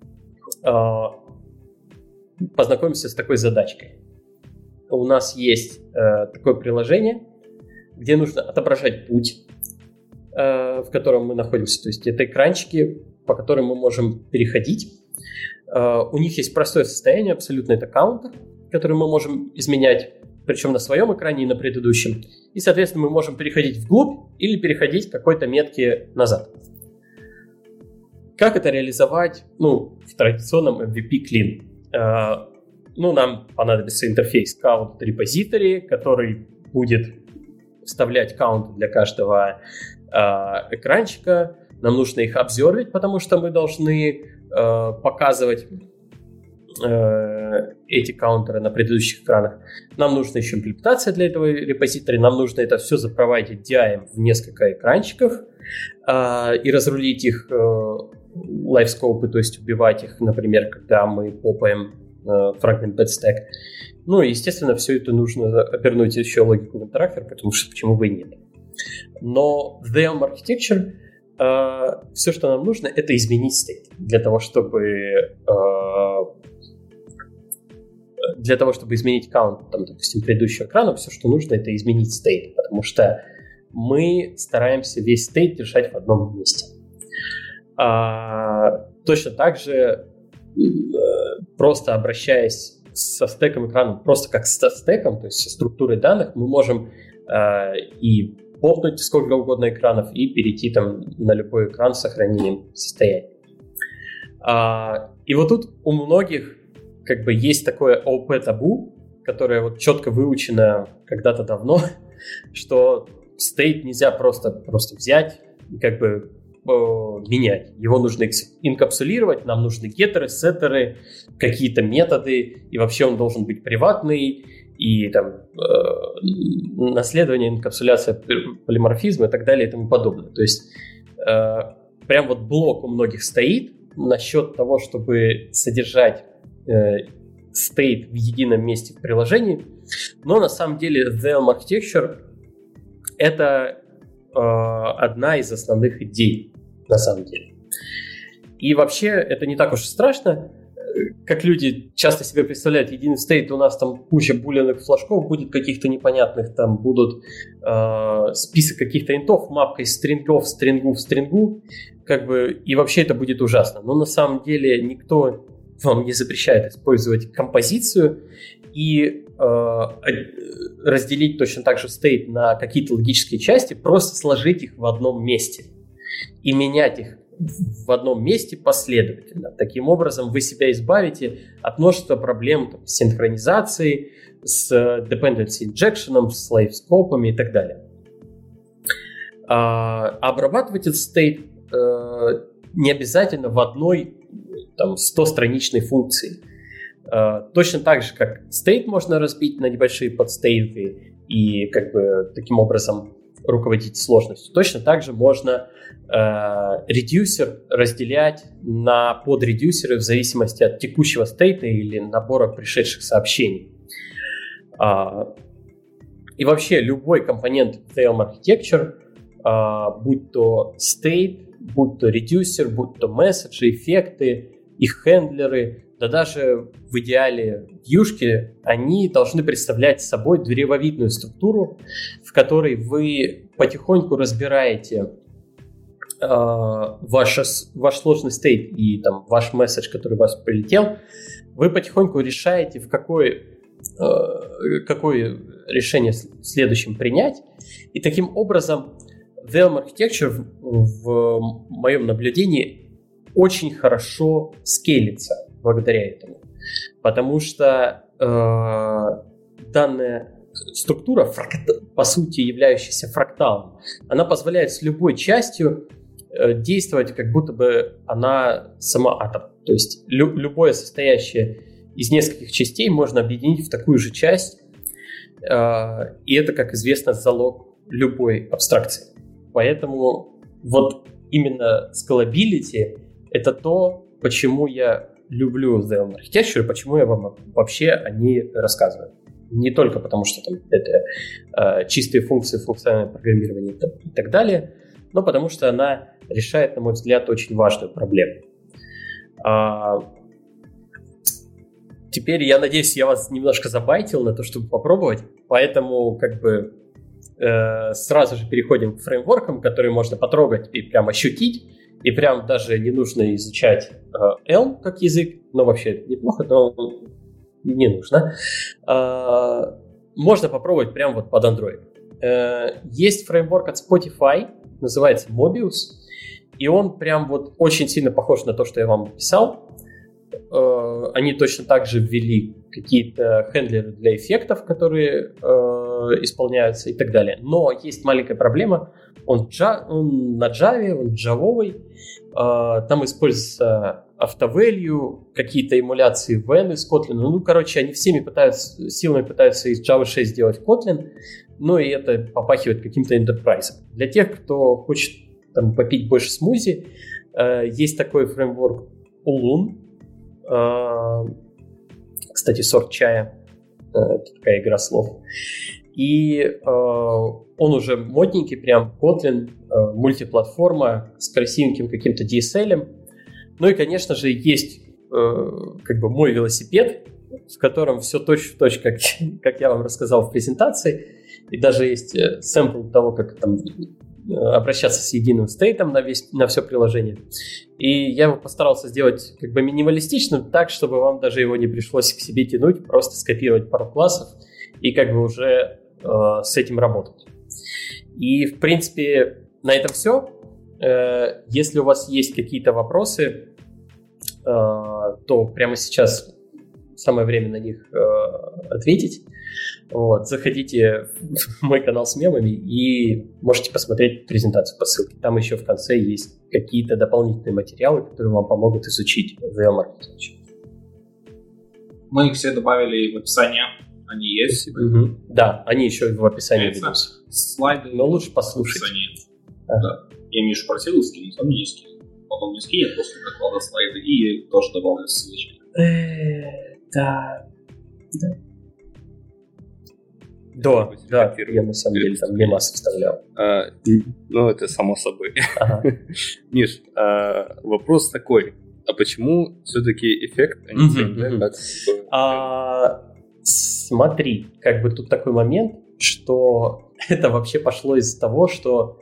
познакомимся с такой задачкой. У нас есть такое приложение, где нужно отображать путь, в котором мы находимся. То есть это экранчики, по которым мы можем переходить. У них есть простое состояние, абсолютно это каунтер, который мы можем изменять, причем на своем экране и на предыдущем. И, соответственно, мы можем переходить вглубь или переходить к какой-то метке назад. Как это реализовать в традиционном MVP clean? Нам понадобится интерфейс count repository, который будет вставлять каунт для каждого экранчика. Нам нужно их обзервить, потому что мы должны показывать эти каунтеры на предыдущих экранах. Нам нужна еще имплементация для этого репозитория. Нам нужно это все запровайдить DI в несколько экранчиков и разрулить их лайфскопы, то есть убивать их, например, когда мы попаем фрагмент bed-stack. И, естественно, все это нужно обернуть еще логику в интерактор, потому что почему бы и нет. Но в VM Architecture все, что нам нужно, это изменить стейт для того, чтобы изменить каунт, допустим, предыдущего экрана, все, что нужно, это изменить стейт, потому что мы стараемся весь стейт держать в одном месте. Точно так же, просто обращаясь со стеком экрана, просто как со стеком, то есть со структурой данных, мы можем и попнуть сколько угодно экранов и перейти на любой экран с сохранением состояния. И вот тут у многих есть такое ООП-табу, которое четко выучено когда-то давно, что стейт нельзя просто взять и менять. Его нужно инкапсулировать, нам нужны геттеры, сеттеры, какие-то методы, и вообще он должен быть приватный, и наследование, инкапсуляция, полиморфизм и так далее и тому подобное. То есть прям блок у многих стоит насчет того, чтобы содержать стейт в едином месте в приложении, но на самом деле VM Architecture — это одна из основных идей, на самом деле. И вообще это не так уж и страшно, как люди часто себе представляют, единый стейт, у нас куча булиных флажков будет каких-то непонятных, будут список каких-то интов, мапка из стрингов, стрингу в стрингу, и вообще это будет ужасно. Но на самом деле никто вам не запрещает использовать композицию и разделить точно так же стейт на какие-то логические части, просто сложить их в одном месте и менять их в одном месте последовательно. Таким образом вы себя избавите от множества проблем с синхронизацией, с dependency injection, с лайфскопами и так далее. Обрабатывать этот стейт не обязательно в одной 100-страничной функции. Точно так же, как стейт можно разбить на небольшие подстейты и таким образом руководить сложностью. Точно так же можно редюсер разделять на подредюсеры в зависимости от текущего стейта или набора пришедших сообщений. И вообще любой компонент VM Architecture, будь то state, будь то редюсер, будь то месседжи, эффекты, их хендлеры, да даже в идеале вьюшки, они должны представлять собой древовидную структуру, в которой вы потихоньку разбираете ваш сложный стейт и там, ваш месседж, который у вас прилетел, вы потихоньку решаете, какое решение следующим принять. И таким образом The Elm Architecture в моем наблюдении очень хорошо скейлится благодаря этому. Потому что данная структура, по сути являющаяся фракталом, она позволяет с любой частью действовать, как будто бы она сама атом. То есть любое состоящее из нескольких частей можно объединить в такую же часть, и это, как известно, залог любой абстракции. Поэтому вот именно scalability — это то, почему я люблю The Elm Architecture, почему я вам вообще о ней рассказываю. Не только потому, что там это чистые функции, функциональное программирование и так далее, но потому что она решает, на мой взгляд, очень важную проблему. Теперь, я надеюсь, я вас немножко забайтил на то, чтобы попробовать, поэтому как бы сразу же переходим к фреймворкам, которые можно потрогать и прям ощутить, и прям даже не нужно изучать Elm как язык, но вообще это неплохо, но не нужно. Можно попробовать прям вот под Android. Есть фреймворк от Spotify, называется Mobius, и он прям вот очень сильно похож на то, что я вам описал. Они точно так же ввели какие-то хендлеры для эффектов, которые исполняются и так далее. Но есть маленькая проблема. Он на Java, он джавовый. Там используется автоvalue, какие-то эмуляции When из Kotlin. Ну, короче, они всеми силами пытаются из Java 6 сделать Kotlin, но и это попахивает каким-то enterprise. Для тех, кто хочет там попить больше смузи, есть такой фреймворк Ulun. Кстати, сорт чая. Это такая игра слов. И он уже модненький, прям Kotlin, мультиплатформа с красивеньким каким-то DSL. Ну и, конечно же, есть как бы мой велосипед, в котором все точь-в-точь, как я вам рассказал в презентации. И даже есть сэмпл того, как там обращаться с единым стейтом на все приложение. И я его постарался сделать как бы минималистичным, так, чтобы вам даже его не пришлось к себе тянуть, просто скопировать пару классов и как бы уже с этим работать. И, в принципе, на этом все. Если у вас есть какие-то вопросы, то прямо сейчас самое время на них ответить. Вот, заходите в мой канал с мемами и можете посмотреть презентацию по ссылке. Там еще в конце есть какие-то дополнительные материалы, которые вам помогут изучить The Elm Architecture. Мы их все добавили в описание. Они есть. Да, они еще в описании ведутся. Слайды. Но лучше послушать. Да. Я Мишу просил скинуть, он мне не скинул. Потом не скинет после доклада слайды, и я тоже добавлю ссылочки. Да. Да, я на самом деле там мемасы вставлял. Ну, это само собой. Миш, вопрос такой. А почему все-таки эффект, а не цель? Смотри, как бы тут такой момент, что это вообще пошло из-за того, что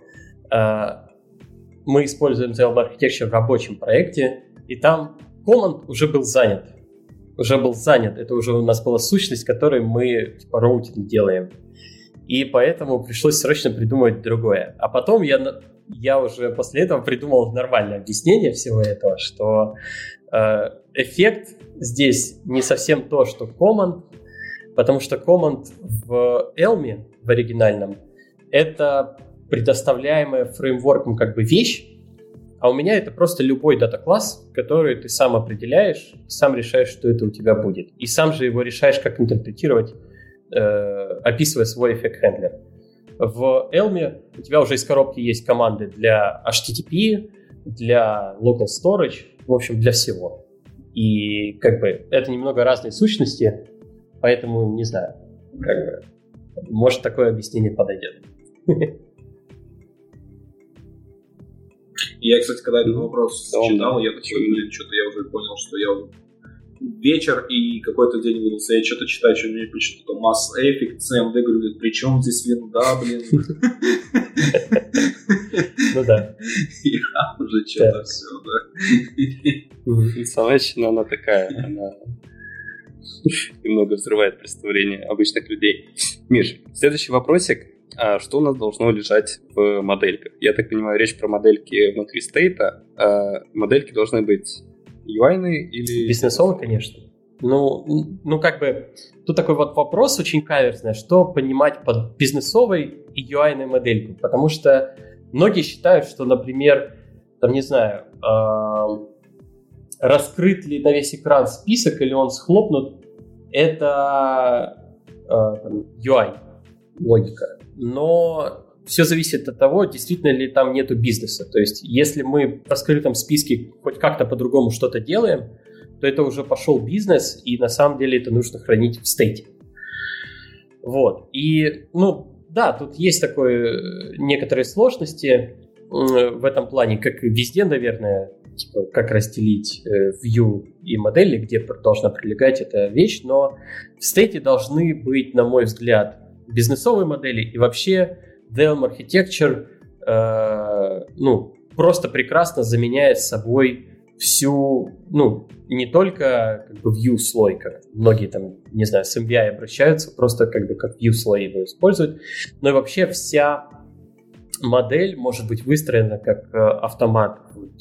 мы используем The Elm Architecture в рабочем проекте, и там command уже был занят. Это уже у нас была сущность, которой мы типа роутинг делаем. И поэтому пришлось срочно придумать другое. А потом я уже после этого придумал нормальное объяснение всего этого, что эффект здесь не совсем то, что command, потому что command в Elm, в оригинальном, это предоставляемая фреймворком как бы вещь, а у меня это просто любой дата-класс, который ты сам определяешь, сам решаешь, что это у тебя будет. И сам же его решаешь, как интерпретировать, описывая свой эффект-хендлер. В Elm у тебя уже из коробки есть команды для HTTP, для local storage, в общем, для всего. И как бы это немного разные сущности, поэтому, не знаю, как бы, может, такое объяснение подойдет. Я, кстати, когда этот вопрос читал, я такой, что-то я уже понял, что я вечер и какой-то день выдался, я что-то читаю, что мне пишет, что Mass Effect, CMD, говорю, при чем здесь винда, блин? Ну да. Я уже что-то все, да. Инсталляция, она такая, она немного взрывает представление обычных людей. Миш, следующий вопросик. Что у нас должно лежать в модельках? Я так понимаю, речь про модельки внутри стейта. Модельки должны быть UI-ные или... Бизнесовые, конечно. Ну, как бы, тут такой вот вопрос очень каверзный, что понимать под бизнесовой и UI-ной моделькой, потому что многие считают, что, например, там, не знаю, раскрыт ли на весь экран список или он схлопнут, это UI, логика. Но все зависит от того, действительно ли там нету бизнеса. То есть, если мы в раскрытом списке хоть как-то по-другому что-то делаем, то это уже пошел бизнес, и на самом деле это нужно хранить в стейте. Вот. И, да, тут есть некоторые сложности в этом плане, как и везде, наверное, типа, как разделить view и модели, где должна прилегать эта вещь, но в стейте должны быть, на мой взгляд, бизнесовые модели, и вообще Elm Architecture просто прекрасно заменяет собой всю, не только как бы view слой, как многие там, не знаю, с MVI обращаются, просто как бы как view слой его используют, но и вообще вся модель может быть выстроена как автомат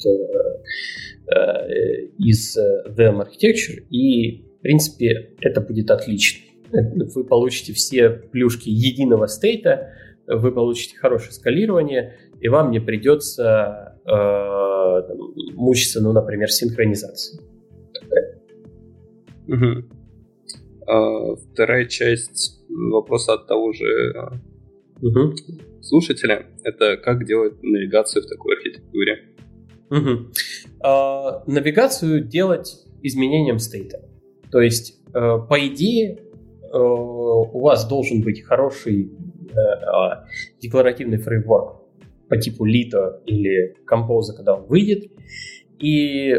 из Elm Architecture, и в принципе это будет отлично. Вы получите все плюшки единого стейта, вы получите хорошее скалирование, и вам не придется мучиться, например, с синхронизацией. Вторая часть вопроса от того же слушателя — это как делать навигацию в такой архитектуре? Навигацию делать изменением стейта. То есть, по идее, у вас должен быть хороший декларативный фреймворк по типу Lito или Compose, когда он выйдет. И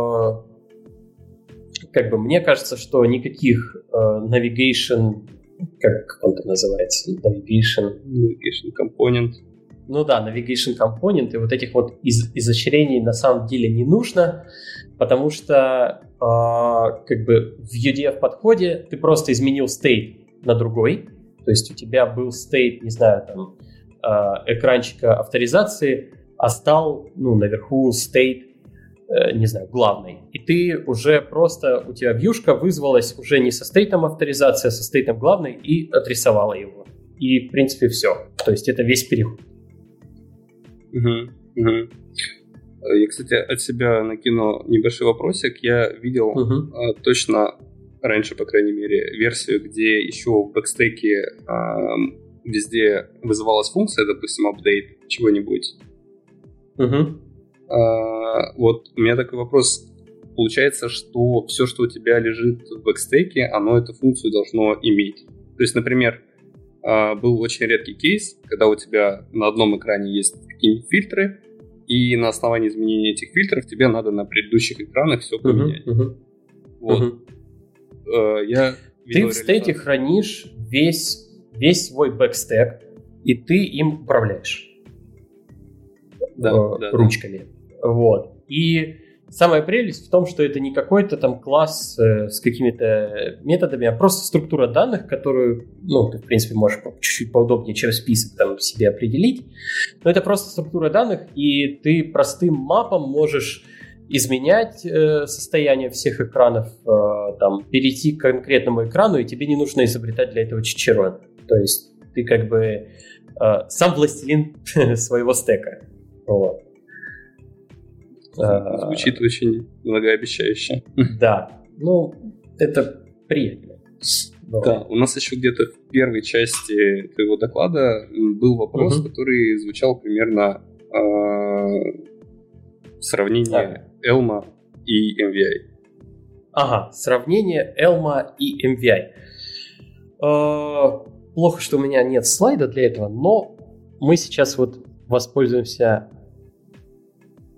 как бы мне кажется, что никаких navigation, как он там называется, navigation component. Ну да, navigation component и вот этих вот изощрений на самом деле не нужно, потому что как бы в UDF подходе ты просто изменил стейт на другой, то есть у тебя был стейт, не знаю, там экранчика авторизации, а стал наверху стейт, не знаю, главный. И ты уже просто, у тебя вьюшка вызвалась уже не со стейтом авторизации, а со стейтом главной и отрисовала его. И в принципе все. То есть это весь переход. Я, кстати, от себя накину небольшой вопросик. Я видел точно раньше, по крайней мере, версию, где еще в бэкстеке везде вызывалась функция, допустим, update чего-нибудь. Вот у меня такой вопрос. Получается, что все, что у тебя лежит в бэкстеке, оно эту функцию должно иметь. То есть, например, был очень редкий кейс, когда у тебя на одном экране есть какие-нибудь фильтры, и на основании изменения этих фильтров тебе надо на предыдущих экранах все поменять. Вот. Ты в стейте хранишь весь свой бэкстек, и ты им управляешь ручками. Вот. И самая прелесть в том, что это не какой-то там класс с какими-то методами, а просто структура данных, которую, ты, в принципе, можешь чуть-чуть поудобнее, чем список там себе определить. Но это просто структура данных, и ты простым мапом можешь изменять состояние всех экранов, перейти к конкретному экрану, и тебе не нужно изобретать для этого чичерон. То есть ты как бы сам властелин своего стека. Вот. Звучит очень многообещающе. Да, это приятно. Да, у нас еще где-то в первой части твоего доклада был вопрос, который звучал примерно сравнение Elm и MVI. Ага, сравнение Elm и MVI. Плохо, что у меня нет слайда для этого, но мы сейчас вот воспользуемся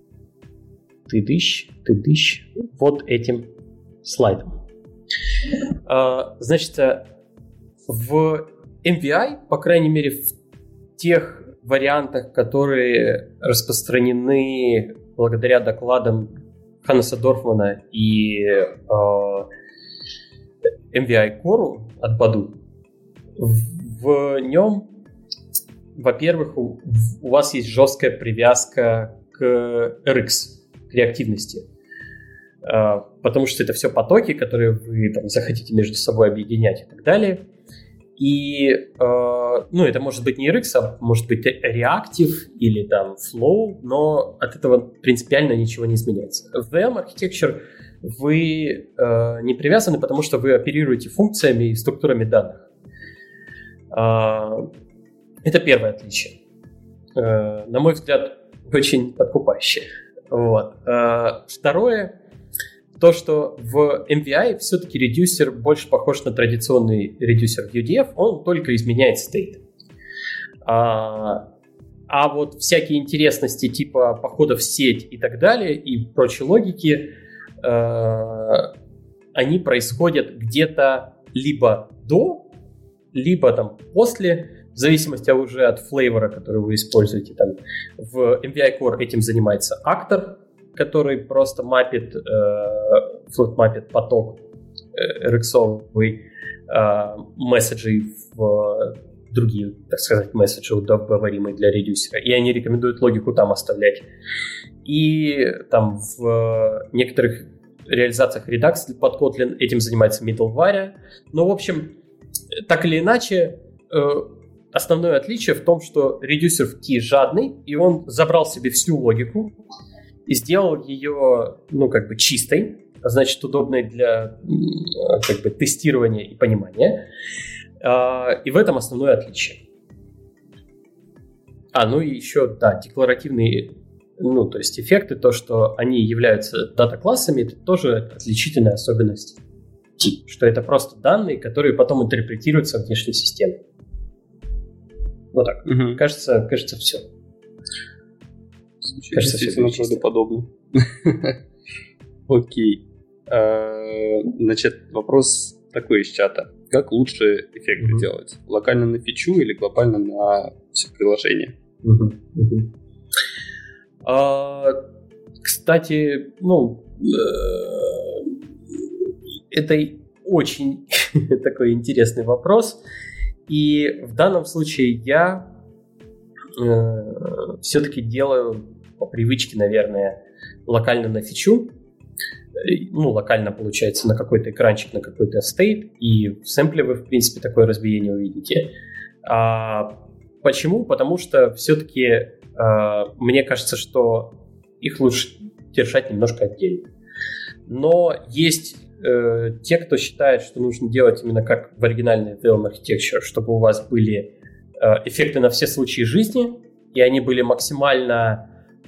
вот этим слайдом. Значит, в MVI, по крайней мере, в тех вариантах, которые распространены благодаря докладам Ханнеса Дорфмана и MVI Core от Badu, в нем, во-первых, у вас есть жесткая привязка к RX, к реактивности. Потому что это все потоки, которые вы там захотите между собой объединять и так далее. И, это может быть не RX, а может быть Reactive или там Flow, но от этого принципиально ничего не изменяется. В VM Architecture вы не привязаны, потому что вы оперируете функциями и структурами данных. Это первое отличие. На мой взгляд, очень подкупающее. Вот. Второе, то, что в MVI все-таки редюсер больше похож на традиционный редюсер UDF, он только изменяет стейт. А вот всякие интересности типа походов в сеть и так далее, и прочей логики, они происходят где-то либо до, либо там после, в зависимости уже от флейвора, который вы используете. Там, в MVI Core этим занимается актор, который просто флот-маппит поток RX-овый месседжей в другие, так сказать, месседжи, удобоваримые для редюсера. И они рекомендуют логику там оставлять. И там в некоторых реализациях Redux под Kotlin этим занимается middleware. Но, в общем, так или иначе, основное отличие в том, что редюсер в T жадный, и он забрал себе всю логику и сделал ее, чистой, а значит, удобной для, тестирования и понимания. И в этом основное отличие. И еще, декларативные, то есть эффекты, то, что они являются дата-классами, это тоже отличительная особенность T, что это просто данные, которые потом интерпретируются внешней системой. Вот так. Угу. Кажется, все. Кажется, действительно правдоподобно. Окей. Значит, вопрос такой из чата. Как лучше эффекты делать? Локально на фичу или глобально на все приложение? Кстати, это очень такой интересный вопрос. И в данном случае я все-таки делаю по привычке, наверное, локально на фичу. Локально, получается, на какой-то экранчик, на какой-то стейт. И в сэмпле вы, в принципе, такое разбиение увидите. Почему? Потому что все-таки мне кажется, что их лучше держать немножко отдельно. Но есть те, кто считает, что нужно делать именно как в оригинальной VM Architecture, чтобы у вас были эффекты на все случаи жизни, и они были максимально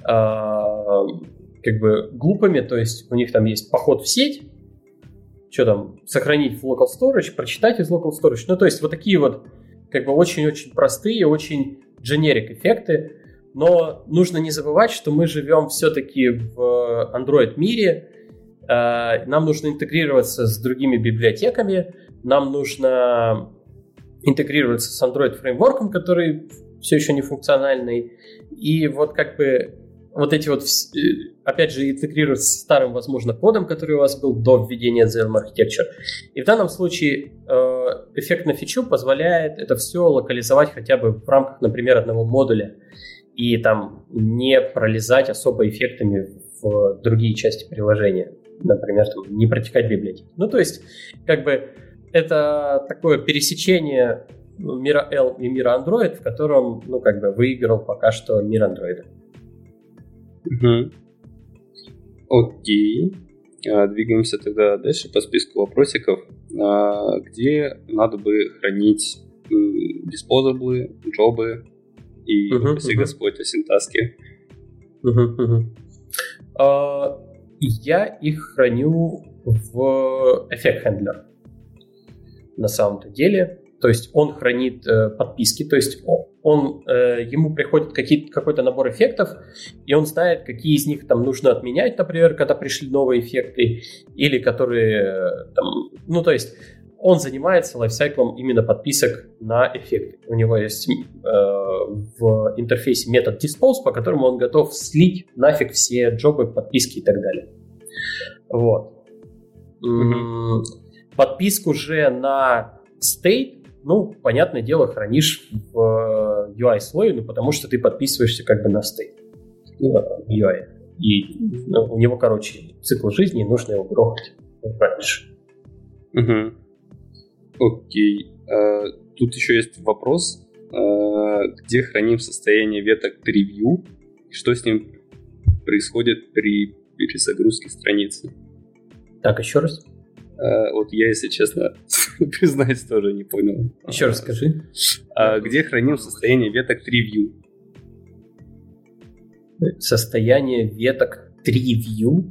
глупыми, то есть у них там есть поход в сеть, что там, сохранить в local storage, прочитать из local storage, то есть вот такие вот очень-очень простые, очень generic эффекты, но нужно не забывать, что мы живем все-таки в Android мире, нам нужно интегрироваться с другими библиотеками, нам нужно интегрироваться с Android фреймворком, который все еще не функциональный, и вот вот эти вот, опять же, интегрироваться с старым, возможно, кодом, который у вас был до введения ZLM Architecture. И в данном случае эффект на фичу позволяет это все локализовать хотя бы в рамках, например, одного модуля и там не пролезать особо эффектами в другие части приложения. Например, там, не протекать библиотеки. То есть, это такое пересечение мира L и мира Android, в котором, выиграл пока что мир Android. Угу. Окей. Двигаемся тогда дальше по списку вопросиков. Где надо бы хранить диспозаблы, джобы и, упаси Господь, асинтаски? Я их храню в Effect Handler. На самом-то деле. то есть он хранит подписки, то есть ему приходит какой-то набор эффектов, и он знает, какие из них там нужно отменять, например, когда пришли новые эффекты, или которые там, то есть он занимается лайфсайклом именно подписок на эффекты. У него есть в интерфейсе метод dispose, по которому он готов слить нафиг все джобы, подписки и так далее. Вот. Подписку же на state, понятное дело, хранишь в UI-слое, потому что ты подписываешься как бы на state в UI. И у него, цикл жизни, и нужно его грохать раньше. Окей. Тут еще есть вопрос, где храним состояние веток preview, и что с ним происходит при перезагрузке страницы. Так, еще раз. Вот я, если честно, признаюсь, тоже не понял. Еще раз скажи. Где храним состояние веток preview? Состояние веток preview?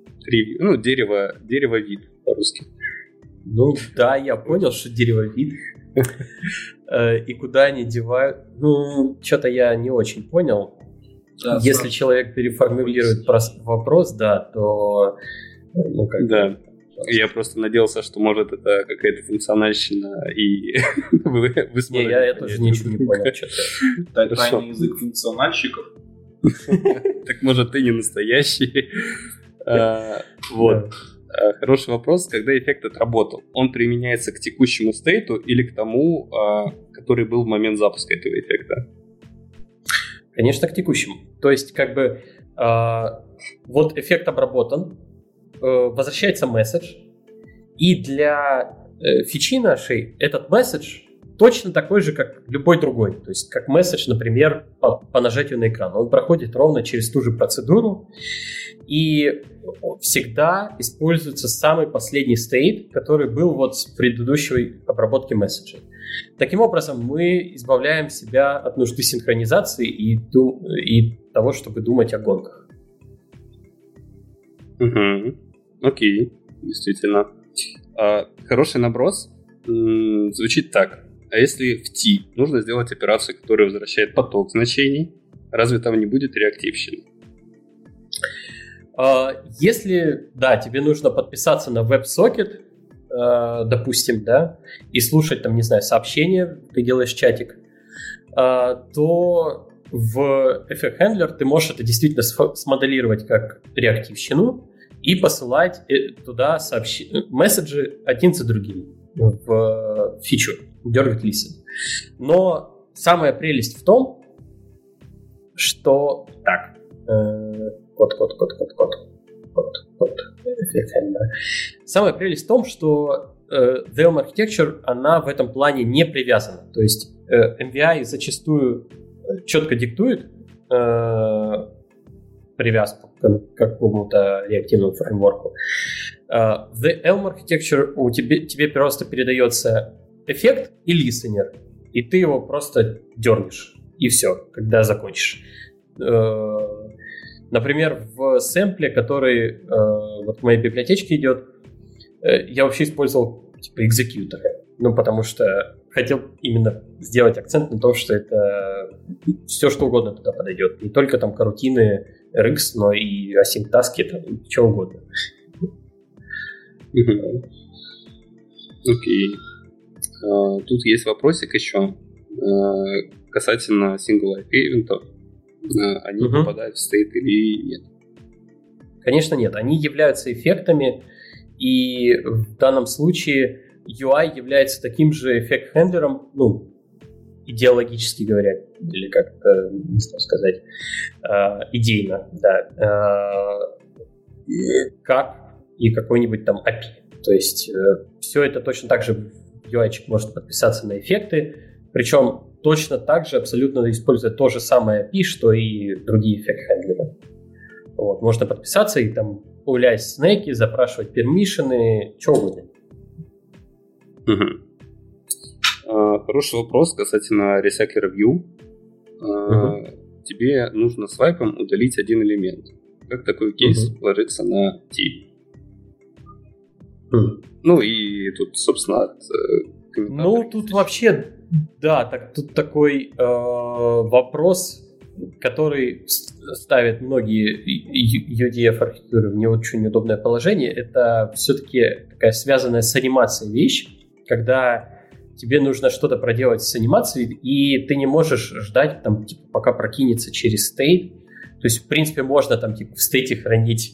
Дерево вид по-русски. Да, я понял, что деревовид. И куда они девают? Что-то я не очень понял. Да, если человек переформулирует вопрос, да, то... Да. Я просто надеялся, что, может, это какая-то функциональщина, и вы сможете... Я тоже ничего не понял. Тайный язык функциональщиков. Так, может, ты не настоящий. Вот. Хороший вопрос. Когда эффект отработал, он применяется к текущему стейту или к тому, который был в момент запуска этого эффекта? Конечно, к текущему. То есть, вот эффект обработан, возвращается месседж, и для фичи нашей этот месседж точно такой же, как любой другой. То есть, как месседж, например, по нажатию на экран. Он проходит ровно через ту же процедуру, и всегда используется самый последний стейт, который был вот с предыдущей обработки месседжа. Таким образом, мы избавляем себя от нужды синхронизации и того, чтобы думать о гонках. Окей, действительно. Хороший наброс звучит так. А если в T нужно сделать операцию, которая возвращает поток значений, разве там не будет реактивщины? Если, тебе нужно подписаться на WebSocket, допустим, и слушать там, не знаю, сообщения, ты делаешь чатик, то в Effect Handler ты можешь это действительно смоделировать как реактивщину и посылать туда месседжи один за другим в фичу, дергать listen. Но самая прелесть в том, что... Самая прелесть в том, что The Elm Architecture, она в этом плане не привязана. То есть MVI зачастую четко диктует привязку к какому-то реактивному фреймворку. В The Elm Architecture тебе просто передается эффект и listener, и ты его просто дернешь, и все, когда закончишь. Например, в сэмпле, который вот в моей библиотечке идет, я вообще использовал экзекьютор. Потому что хотел именно сделать акцент на том, что это все, что угодно туда подойдет. Не только там карутины, RX, но и async-таски, там, что угодно. Окей. Тут есть вопросик еще касательно single IP ивентов. Они попадают в стейт или нет? Конечно, нет. Они являются эффектами, и в данном случае UI является таким же эффект-хендлером, идеологически говоря, или как-то, не знаю сказать, идейно, как и какой-нибудь там API. То есть все это точно так же UI-чик может подписаться на эффекты, причем точно так же абсолютно используя то же самое API, что и другие эффект-хендлеры. Вот, можно подписаться и там появлять снеки, запрашивать пермишины, что угодно. Хороший вопрос касательно Recycler View. Тебе нужно свайпом удалить один элемент. Как такой кейс ложится на T? И тут, собственно, от Ну, тут вообще, да, тут такой вопрос, который ставит многие UDF-архитектуры в не очень удобное положение. Это все-таки такая связанная с анимацией вещь, когда тебе нужно что-то проделать с анимацией, и ты не можешь ждать, там, типа, пока прокинется через стейт. То есть, в принципе, можно там типа в стейте хранить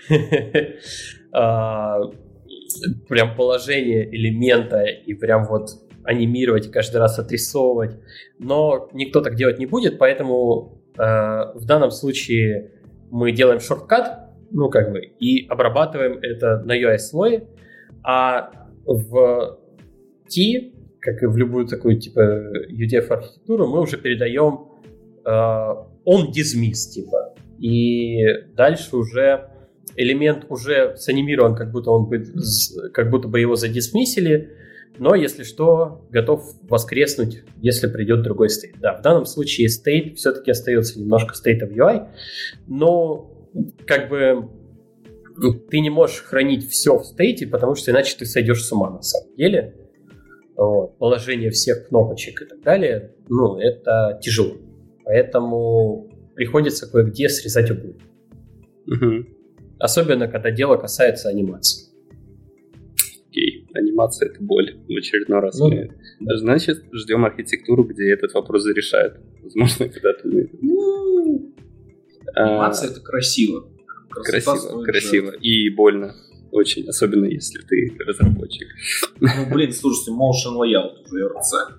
прям положение элемента и прям вот анимировать и каждый раз отрисовывать. Но никто так делать не будет, поэтому в данном случае мы делаем шорткат, ну как бы, и обрабатываем это на UI-слое, а в T, как и в любую такую типа UDF-архитектуру, мы уже передаем on dismiss, типа. И дальше уже элемент уже санимирован, как будто бы его задисмиссили, но, если что, готов воскреснуть, если придет другой стейт. Да, в данном случае стейт все-таки остается немножко state of UI, но как бы ты не можешь хранить все в стейте, потому что иначе ты сойдешь с ума на самом деле. Вот. Положение всех кнопочек и так далее, ну, это тяжело. Поэтому приходится кое-где срезать углы. Угу. Особенно, когда дело касается анимации. Окей, анимация — это боль. В очередной раз мы, значит, ждем архитектуру, где этот вопрос зарешают. Возможно, когда-то мы... Анимация — это красиво. Красиво и больно. Очень, особенно если ты разработчик. Ну, блин, слушайте, Motion Layout уже RC.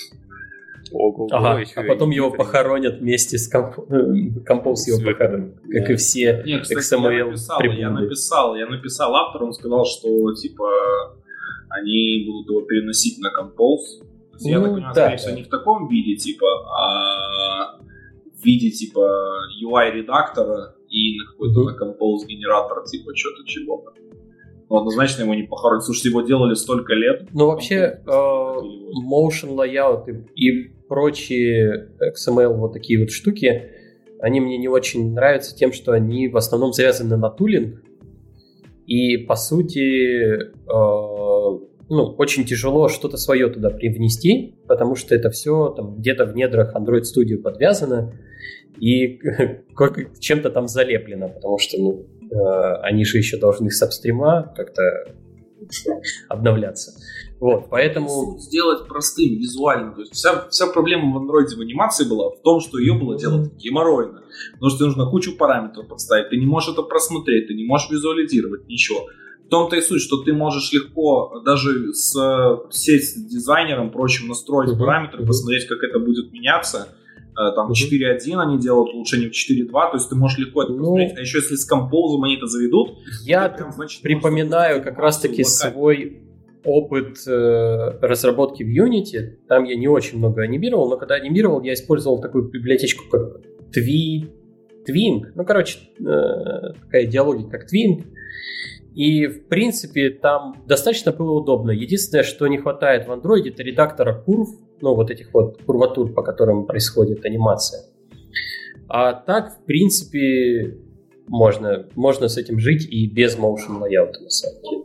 Ага, а потом его похоронят вместе с Compose его похоронят, как и все XML. Я написал автору, он сказал, что типа они будут его переносить на Compose. Я так понимаю, скорее всего, не в таком виде, типа, а в виде типа UI-редактора и на какой-то на Compose генератор, типа что-то чего-то. Но однозначно его не похоронят. Слушайте, его делали столько лет. Ну, вообще, Motion Layout и прочие XML вот такие вот штуки, они мне не очень нравятся тем, что они в основном завязаны на тулинг. И, по сути, очень тяжело что-то свое туда привнести, потому что это все там где-то в недрах Android Studio подвязано и чем-то там залеплено, потому что, они же еще должны с апстрима как-то обновляться. Вот, поэтому... Сделать простым, визуальным. То есть вся проблема в Android в анимации была в том, что ее было делать геморройно. Потому что тебе нужно кучу параметров подставить. Ты не можешь это просмотреть, ты не можешь визуализировать, ничего. В том-то и суть, что ты можешь легко даже сесть с дизайнером, прочим, настроить параметры, посмотреть, как это будет меняться. Там 4.1 они делают улучшение в 4.2, то есть ты можешь легко это посмотреть. А еще если с Compose они это заведут... Я припоминаю как раз-таки свой опыт разработки в Unity. Там я не очень много анимировал, но когда анимировал, я использовал такую библиотечку, как Twing. Такая идеология, как Twing. И, в принципе, там достаточно было удобно. Единственное, что не хватает в Android, это редактора курв, вот этих вот курватур, по которым происходит анимация. А так, в принципе, можно с этим жить и без motion layout, на самом деле.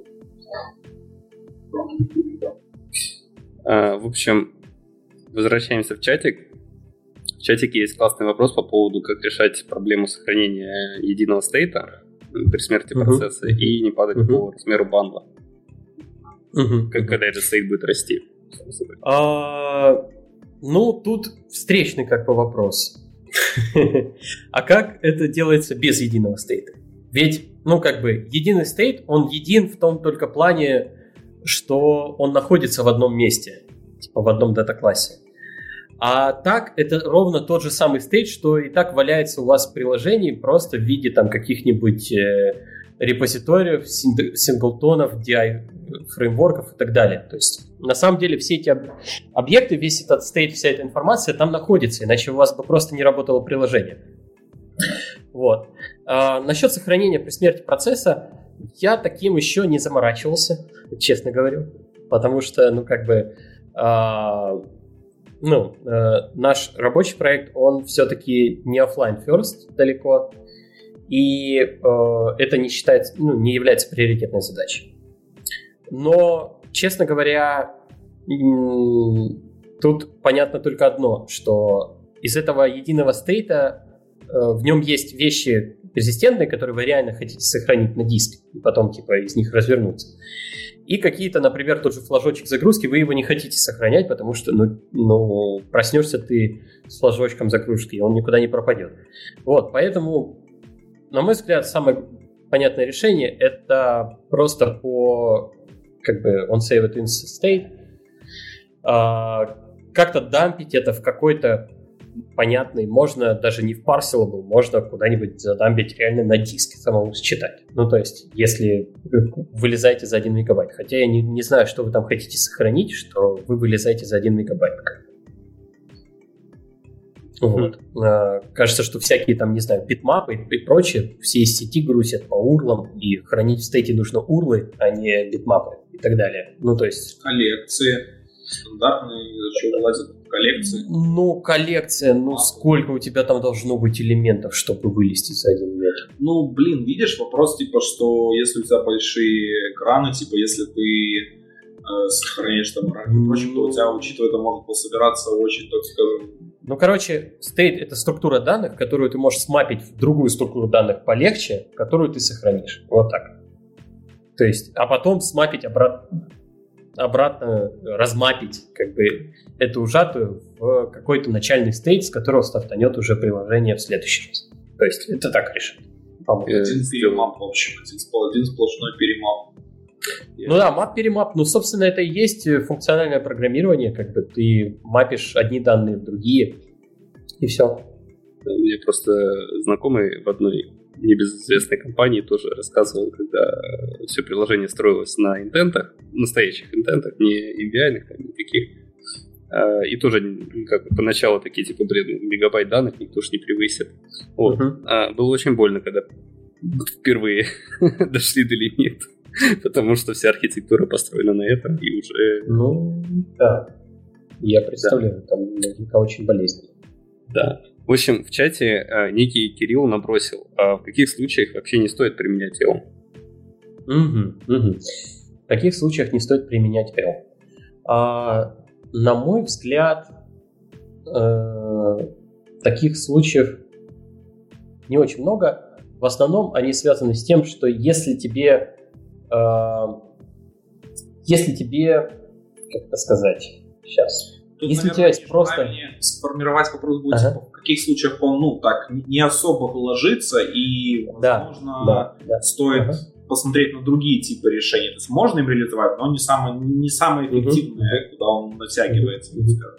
В общем, возвращаемся в чатик. В чатике есть классный вопрос по поводу, как решать проблему сохранения единого стейта при смерти процесса и не падать по размеру бандла. Когда этот стейт будет расти. Тут встречный как бы вопрос. А как это делается без единого стейта? Ведь, единый стейт, он един в том только плане, что он находится в одном месте, типа в одном дата-классе. А так, это ровно тот же самый стейт, что и так валяется у вас в приложении, просто в виде там каких-нибудь репозиториев, синглтонов, DI-фреймворков и так далее. То есть, на самом деле, все эти объекты, весь этот стейт, вся эта информация там находится, иначе у вас бы просто не работало приложение. Вот. Насчет сохранения при смерти процесса, я таким еще не заморачивался, честно говорю, потому что, наш рабочий проект, он все-таки не offline first далеко, и это не считается, не является приоритетной задачей. Но, честно говоря, тут понятно только одно, что из этого единого стейта в нем есть вещи персистентные, которые вы реально хотите сохранить на диске, и потом типа из них развернуться. И какие-то, например, тот же флажочек загрузки, вы его не хотите сохранять, потому что проснешься ты с флажочком загрузки, и он никуда не пропадет. Вот, поэтому, на мой взгляд, самое понятное решение — это просто по on-save it in state как-то дампить это в какой-то понятный, можно даже не в parsable, можно куда-нибудь задампить реально на диске, самому считать. Ну, то есть, если вы вылезаете за 1 мегабайт. Хотя я не знаю, что вы там хотите сохранить, что вы вылезаете за 1 мегабайт. Вот. Кажется, что всякие там, не знаю, битмапы и прочее, все из сети грузят по урлам, и хранить в стейте нужно урлы, а не битмапы и так далее. Ну, то есть... Коллекции. Стандартные, зачем вылазят коллекции? Ну, коллекция, сколько у тебя там должно быть элементов, чтобы вылезти за 1 метр? Ну, блин, видишь, вопрос типа, что если у тебя большие экраны, типа, если ты сохраняешь там ранее и прочее, то у тебя, учитывая это, может пособираться очень, так скажем... Ну, короче, state — это структура данных, которую ты можешь смапить в другую структуру данных полегче, которую ты сохранишь. Вот так. То есть, а потом смапить обратно размапить эту ужатую в какой-то начальный стейт, с которого стартанет уже приложение в следующий раз. То есть это так решено. Один перемап, в общем, один сплошной перемап. Ну да, мап-перемап, собственно, это и есть функциональное программирование, ты мапишь одни данные в другие, и все. Мне просто знакомый в одной небезызвестной компании тоже рассказывал, когда все приложение строилось на интентах, настоящих интентах, не MVI-ных, там, никаких. И тоже поначалу такие, типа, мегабайт данных никто ж не превысит. Вот. Было очень больно, когда впервые дошли до лимита, потому что вся архитектура построена на этом, и уже... Ну, да. Я представляю, там наверняка очень болезненно. Да. В общем, в чате некий Кирилл набросил, в каких случаях вообще не стоит применять EOM. В каких случаях не стоит применять EOM? На мой взгляд, таких случаев не очень много. В основном они связаны с тем, что если тебе, как это сказать, сейчас... Тут, если наверное, у тебя есть просто... сформировать вопрос будет, в каких случаях он, так, не особо ложится, и, возможно, стоит посмотреть на другие типы решений. То есть можно им реализовать, но не самое эффективное, куда он натягивается.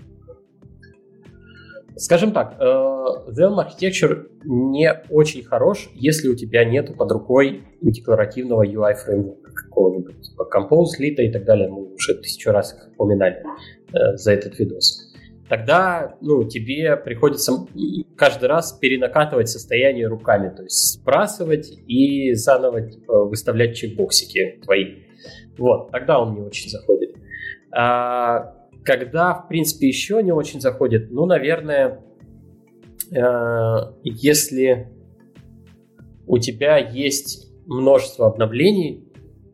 Скажем так, The Architecture не очень хорош, если у тебя нет под рукой декларативного UI-фреймворка какого-нибудь, типа Compose, Lita и так далее. Мы уже 1000 раз их упоминали за этот видос. Тогда тебе приходится каждый раз перенакатывать состояние руками, то есть сбрасывать и заново выставлять чекбоксики твои. Вот, тогда он не очень заходит. Когда, в принципе, еще не очень заходит, наверное, если у тебя есть множество обновлений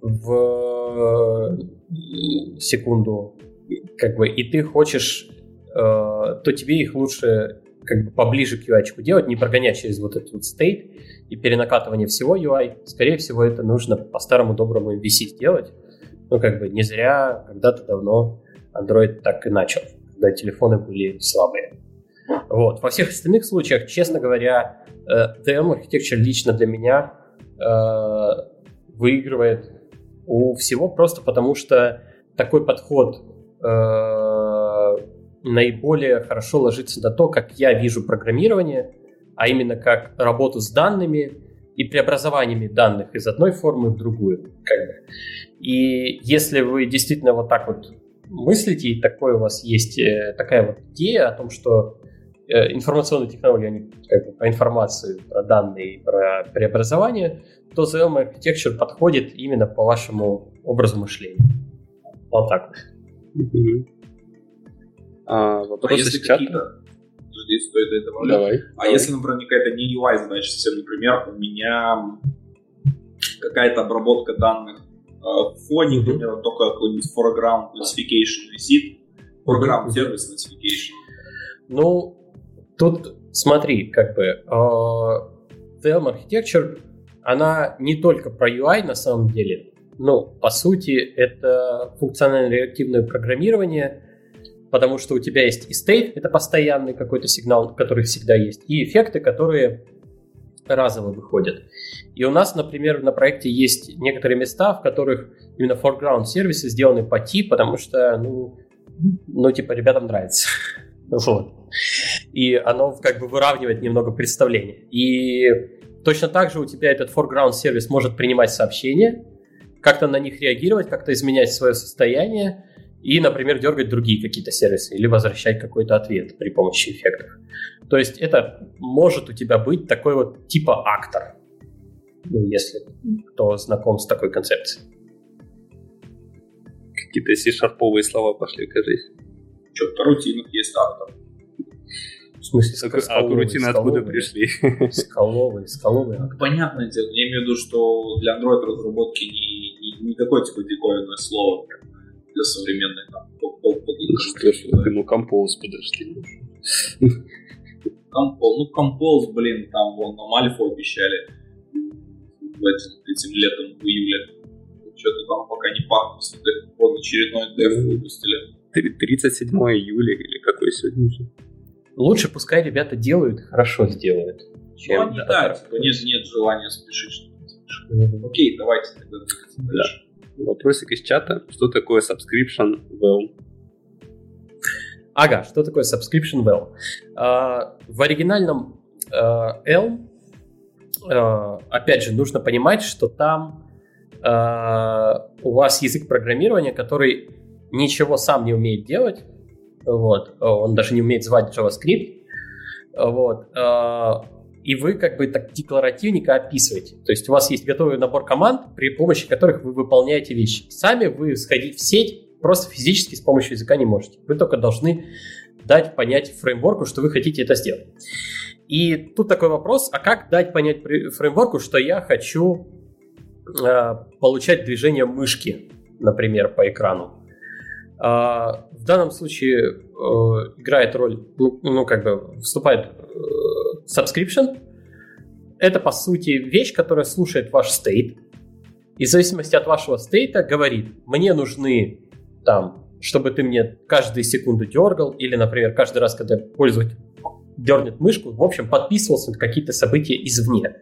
в секунду, и ты хочешь, то тебе их лучше поближе к UI-чку делать, не прогонять через вот этот вот стейт и перенакатывание всего UI. Скорее всего, это нужно по старому доброму MVC сделать. Не зря когда-то давно Android так и начал, когда телефоны были слабые. Вот. Во всех остальных случаях, честно говоря, TM Architecture лично для меня выигрывает у всего просто потому, что такой подход наиболее хорошо ложится на то, как я вижу программирование, а именно как работу с данными и преобразованиями данных из одной формы в другую. И если вы действительно вот так вот мыслите, и такое у вас есть такая вот идея о том, что информационные технологии, они про информацию, про данные, про преобразование, то ZM Architecture подходит именно по вашему образу мышления. Вот так вот. Вопросы если с чата? Подожди, стоит это добавлять. Давай. Если, например, какая-то не UI задача, совсем, например, у меня какая-то обработка данных фоне, где только какой-нибудь foreground notification висит, foreground service notification. Ну, тут смотри, как бы Elm Architecture, она не только про UI на самом деле, но по сути это функционально-реактивное программирование, потому что у тебя есть и state, это постоянный какой-то сигнал, который всегда есть, и эффекты, которые разово выходят. И у нас, например, на проекте есть некоторые места, в которых именно foreground сервисы сделаны по T, потому что, типа, ребятам нравится. Вот. И оно как бы выравнивает немного представление. И точно так же у тебя этот foreground сервис может принимать сообщения, как-то на них реагировать, как-то изменять свое состояние и, например, дергать другие какие-то сервисы или возвращать какой-то ответ при помощи эффектов. То есть это может у тебя быть такой вот типа актор, если кто знаком с такой концепцией. Какие-то C-шарповые слова пошли, кажись. Что-то рутинах есть автор. В смысле, рутины откуда пришли? Скаловые. Понятное дело. Я имею в виду, что для Android разработки никакое типа диковинное слово для современной там. Compose, подожди. Compose, блин, там вон на Мальфу обещали этим летом в июле. Что-то там пока не пахнет. Вот очередной дев выпустили. 37 июля или какой сегодня уже? Лучше пускай ребята делают, хорошо сделают. Чем они, типа нет желания спешить. Окей, давайте тогда двигаться дальше. Вопросик из чата. Что такое subscription Elm? Ага, что такое subscription Elm? В оригинальном Elm, опять же, нужно понимать, что там у вас язык программирования, который ничего сам не умеет делать. Вот. Он даже не умеет звать JavaScript. Вот. И вы как бы так декларативненько описываете. То есть у вас есть готовый набор команд, при помощи которых вы выполняете вещи. Сами вы сходить в сеть просто физически с помощью языка не можете. Вы только должны дать понять фреймворку, что вы хотите это сделать. И тут такой вопрос, а как дать понять фреймворку, что я хочу получать движение мышки, например, по экрану? В данном случае играет роль, вступает subscription. Это, по сути, вещь, которая слушает ваш state. И в зависимости от вашего стейта говорит, мне нужны там, чтобы ты мне каждую секунду дергал, или, например, каждый раз, когда пользователь дернет мышку, в общем, подписывался на какие-то события извне.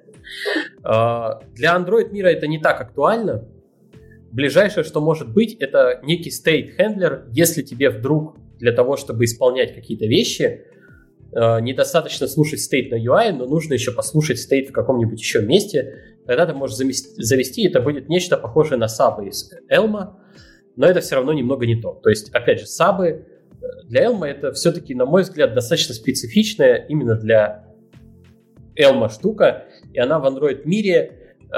Для Android мира это не так актуально. Ближайшее, что может быть, это некий state-хендлер, если тебе вдруг для того, чтобы исполнять какие-то вещи, недостаточно слушать state на UI, но нужно еще послушать state в каком-нибудь еще месте, тогда ты можешь завести, это будет нечто похожее на сабы из Elm, но это все равно немного не то. То есть, опять же, сабы для Elm это все-таки, на мой взгляд, достаточно специфичная именно для Elm штука, и она в Android мире,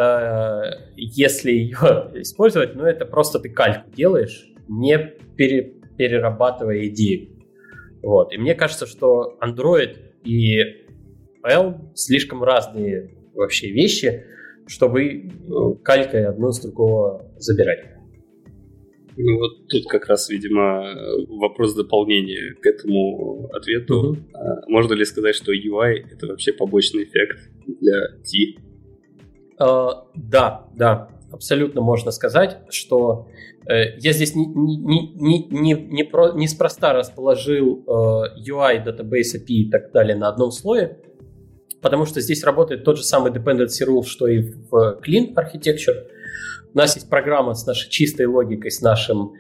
если ее использовать, это просто ты кальку делаешь, не перерабатывая идею. Вот. И мне кажется, что Android и Elm слишком разные вообще вещи, чтобы калькой одно с другого забирать. Вот тут как раз, видимо, вопрос дополнения к этому ответу. Можно ли сказать, что UI — это вообще побочный эффект для T? Да, абсолютно можно сказать, что я здесь неспроста расположил UI, Database API и так далее на одном слое, потому что здесь работает тот же самый dependency rule, что и в Clean Architecture. У нас есть программа с нашей чистой логикой, с нашим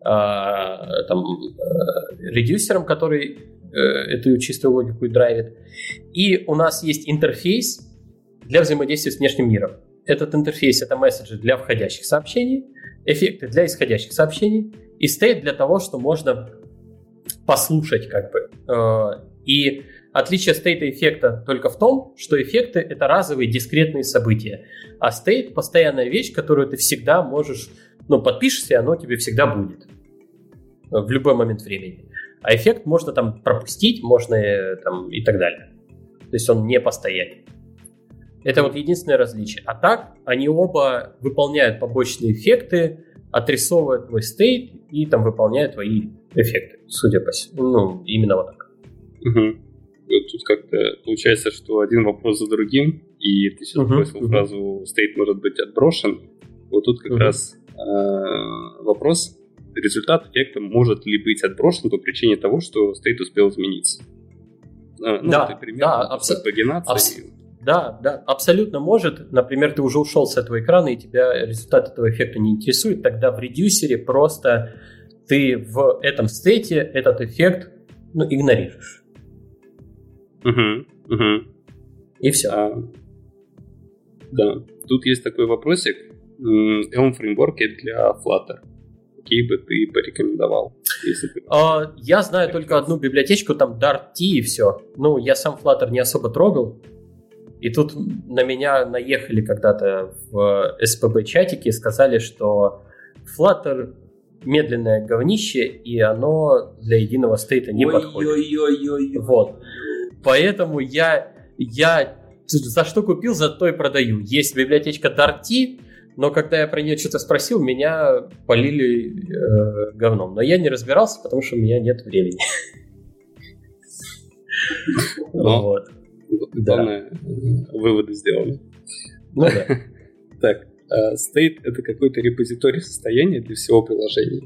редюсером, который эту чистую логику и драйвит. И у нас есть интерфейс для взаимодействия с внешним миром. Этот интерфейс — это месседжи для входящих сообщений, эффекты для исходящих сообщений и state для того, что можно послушать как бы. И отличие стейта и эффекта только в том, что эффекты — это разовые дискретные события, а стейт — постоянная вещь, которую ты всегда можешь, подпишешься, и оно тебе всегда будет в любой момент времени. А эффект можно там пропустить, можно и так далее. То есть он не постоянный. Это вот единственное различие. А так, они оба выполняют побочные эффекты, отрисовывают твой стейт и там выполняют твои эффекты, судя по всему. Ну, именно вот так. Тут как-то получается, что один вопрос за другим, и ты сейчас бросил фразу «стейт может быть отброшен». Вот тут как раз вопрос: результат эффекта может ли быть отброшен по причине того, что стейт успел измениться? Да, абсолютно может. Например, ты уже ушел с этого экрана, и тебя результат этого эффекта не интересует. Тогда в редюсере просто ты в этом стейте этот эффект игнорируешь. И все. Да. Тут есть такой вопросик. Elm-фреймворки для Flutter. Какие бы ты порекомендовал? Я знаю только одну библиотечку, там Dart T и все. Ну, я сам Flutter не особо трогал. И тут на меня наехали когда-то в SPB-чатике и сказали, что Flutter медленное говнище, и оно для единого стейта не подходит. Вот. Поэтому я за что купил, за то и продаю. Есть библиотечка Dart T, но когда я про нее что-то спросил, меня полили говном. Но я не разбирался, потому что у меня нет времени. Вот. Главное, выводы сделаны. Ну да. Так, state — это какой-то репозиторий состояния для всего приложения?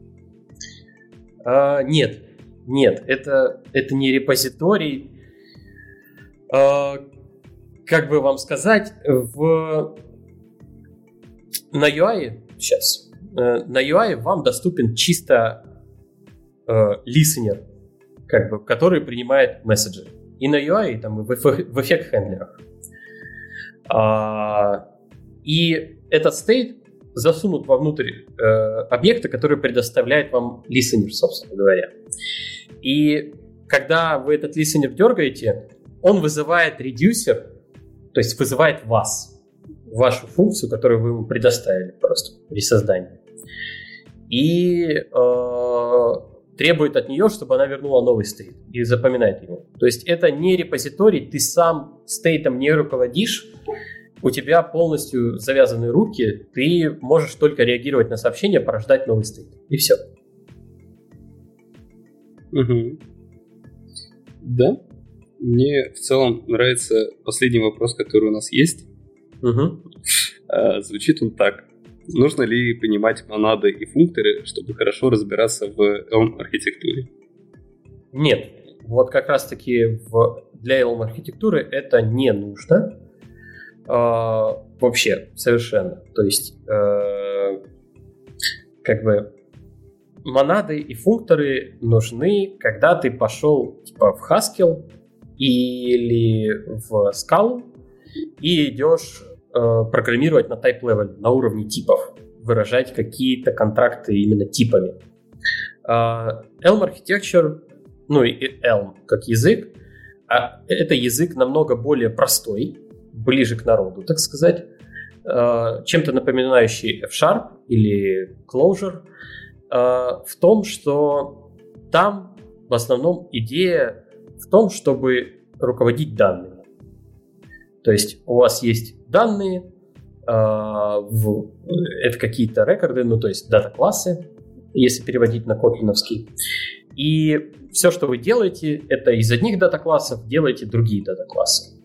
Нет, это не репозиторий. Как бы вам сказать, на UI сейчас, на UI вам доступен чисто listener, как бы, который принимает месседжи. И на UI, там, и в эффект-хендлерах. И этот state засунут вовнутрь объекта, который предоставляет вам listener, собственно говоря. И когда вы этот listener дергаете, он вызывает reducer, то есть вызывает вас, вашу функцию, которую вы ему предоставили просто при создании. И требует от нее, чтобы она вернула новый стейт и запоминает его. То есть это не репозиторий, ты сам стейтом не руководишь, у тебя полностью завязаны руки, ты можешь только реагировать на сообщения, порождать новый стейт. И все. Да. Мне в целом нравится последний вопрос, который у нас есть. Звучит он так. Нужно ли понимать монады и функторы, чтобы хорошо разбираться в Elm-архитектуре? Нет. Вот как раз-таки для Elm-архитектуры это не нужно. Вообще, совершенно. То есть, как бы, монады и функторы нужны, когда ты пошел типа в Haskell или в Scala и идешь программировать на type-level, на уровне типов, выражать какие-то контракты именно типами. Elm Architecture, ну и Elm как язык, это язык намного более простой, ближе к народу, так сказать, чем-то напоминающий F-Sharp или Clojure, в том, что там в основном идея в том, чтобы руководить данными. То есть у вас есть данные, это какие-то рекорды, ну то есть дата-классы, если переводить на котлиновский. И все, что вы делаете, это из одних дата-классов делаете другие дата-классы.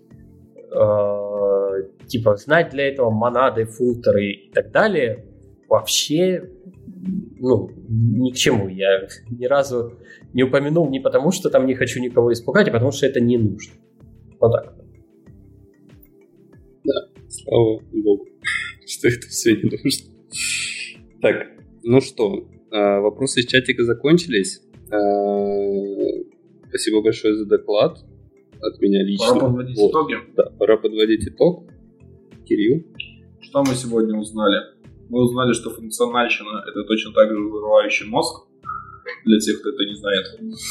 Типа знать для этого монады, функторы и так далее вообще ни к чему. Я ни разу не упомянул не потому, что там не хочу никого испугать, а потому что это не нужно. Вот так. Да, слава богу, что это все не нужно. Так, ну что, вопросы из чатика закончились. Спасибо большое за доклад. От меня лично. Пора подводить итоги. Да, пора подводить итог. Кирилл. Что мы сегодня узнали? Мы узнали, что функциональщина — это точно так же вызывающий мозг, для тех, кто это не знает.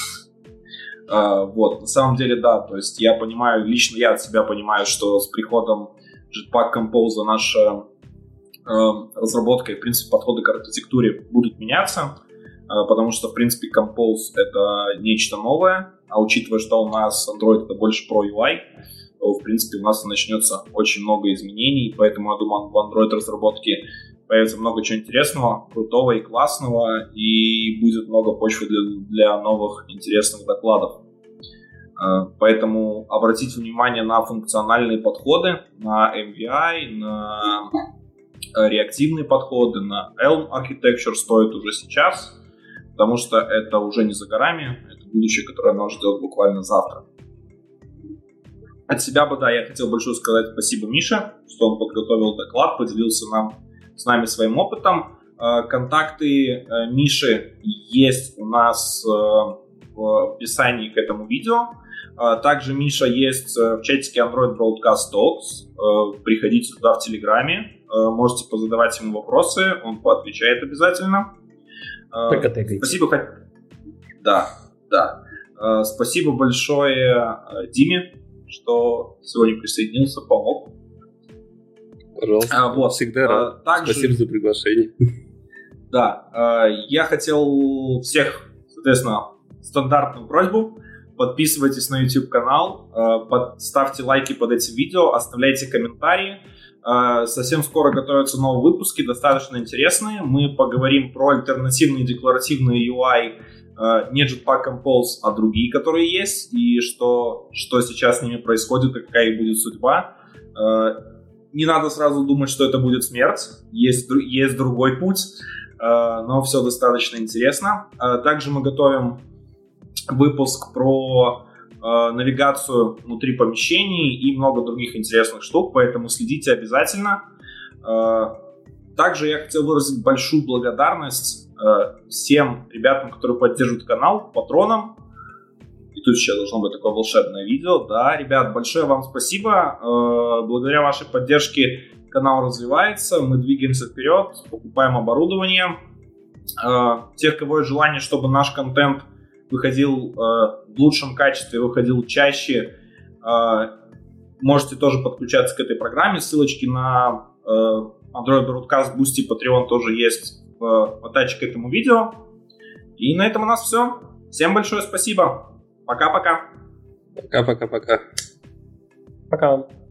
Вот, на самом деле, да, то есть я понимаю, лично я от себя понимаю, что с приходом Jetpack Compose наша разработка и, в принципе, подходы к архитектуре будут меняться, потому что, в принципе, Compose — это нечто новое, а учитывая, что у нас Android — это больше про UI, в принципе, у нас начнется очень много изменений, поэтому, я думаю, в Android-разработке появится много чего интересного, крутого и классного, и будет много почвы для новых интересных докладов. Поэтому обратите внимание на функциональные подходы, на MVI, на реактивные подходы, на Elm Architecture стоит уже сейчас, потому что это уже не за горами, это будущее, которое нас ждет буквально завтра. От себя бы, да, я хотел большое сказать спасибо Мише, что он подготовил доклад, поделился с нами своим опытом. Контакты Миши есть у нас в описании к этому видео. Также Миша есть в чатике Android Broadcast Talks. Приходите туда в Телеграме, можете позадавать ему вопросы, он поотвечает обязательно. Только тегайте. Спасибо. Да. Спасибо большое Диме, что сегодня присоединился, помог. Пожалуйста, всегда рад. Также, спасибо за приглашение. Да, я хотел всех, соответственно, стандартную просьбу. Подписывайтесь на YouTube-канал, ставьте лайки под этим видео, оставляйте комментарии. Совсем скоро готовятся новые выпуски, достаточно интересные. Мы поговорим про альтернативные декларативные UI, не Jetpack Compose, а другие, которые есть, и что сейчас с ними происходит, и какая их будет судьба. Не надо сразу думать, что это будет смерть, есть другой путь, но все достаточно интересно. Также мы готовим выпуск про навигацию внутри помещений и много других интересных штук, поэтому следите обязательно. Также я хотел выразить большую благодарность всем ребятам, которые поддерживают канал, патронам. И тут сейчас должно быть такое волшебное видео. Да, ребят, большое вам спасибо. Благодаря вашей поддержке канал развивается, мы двигаемся вперед, покупаем оборудование. Тех, кого есть желание, чтобы наш контент выходил в лучшем качестве, выходил чаще, можете тоже подключаться к этой программе. Ссылочки на Android Broadcast, Boosty, Patreon тоже есть в attach к этому видео. И на этом у нас все. Всем большое спасибо. Пока-пока. Пока-пока-пока. Пока.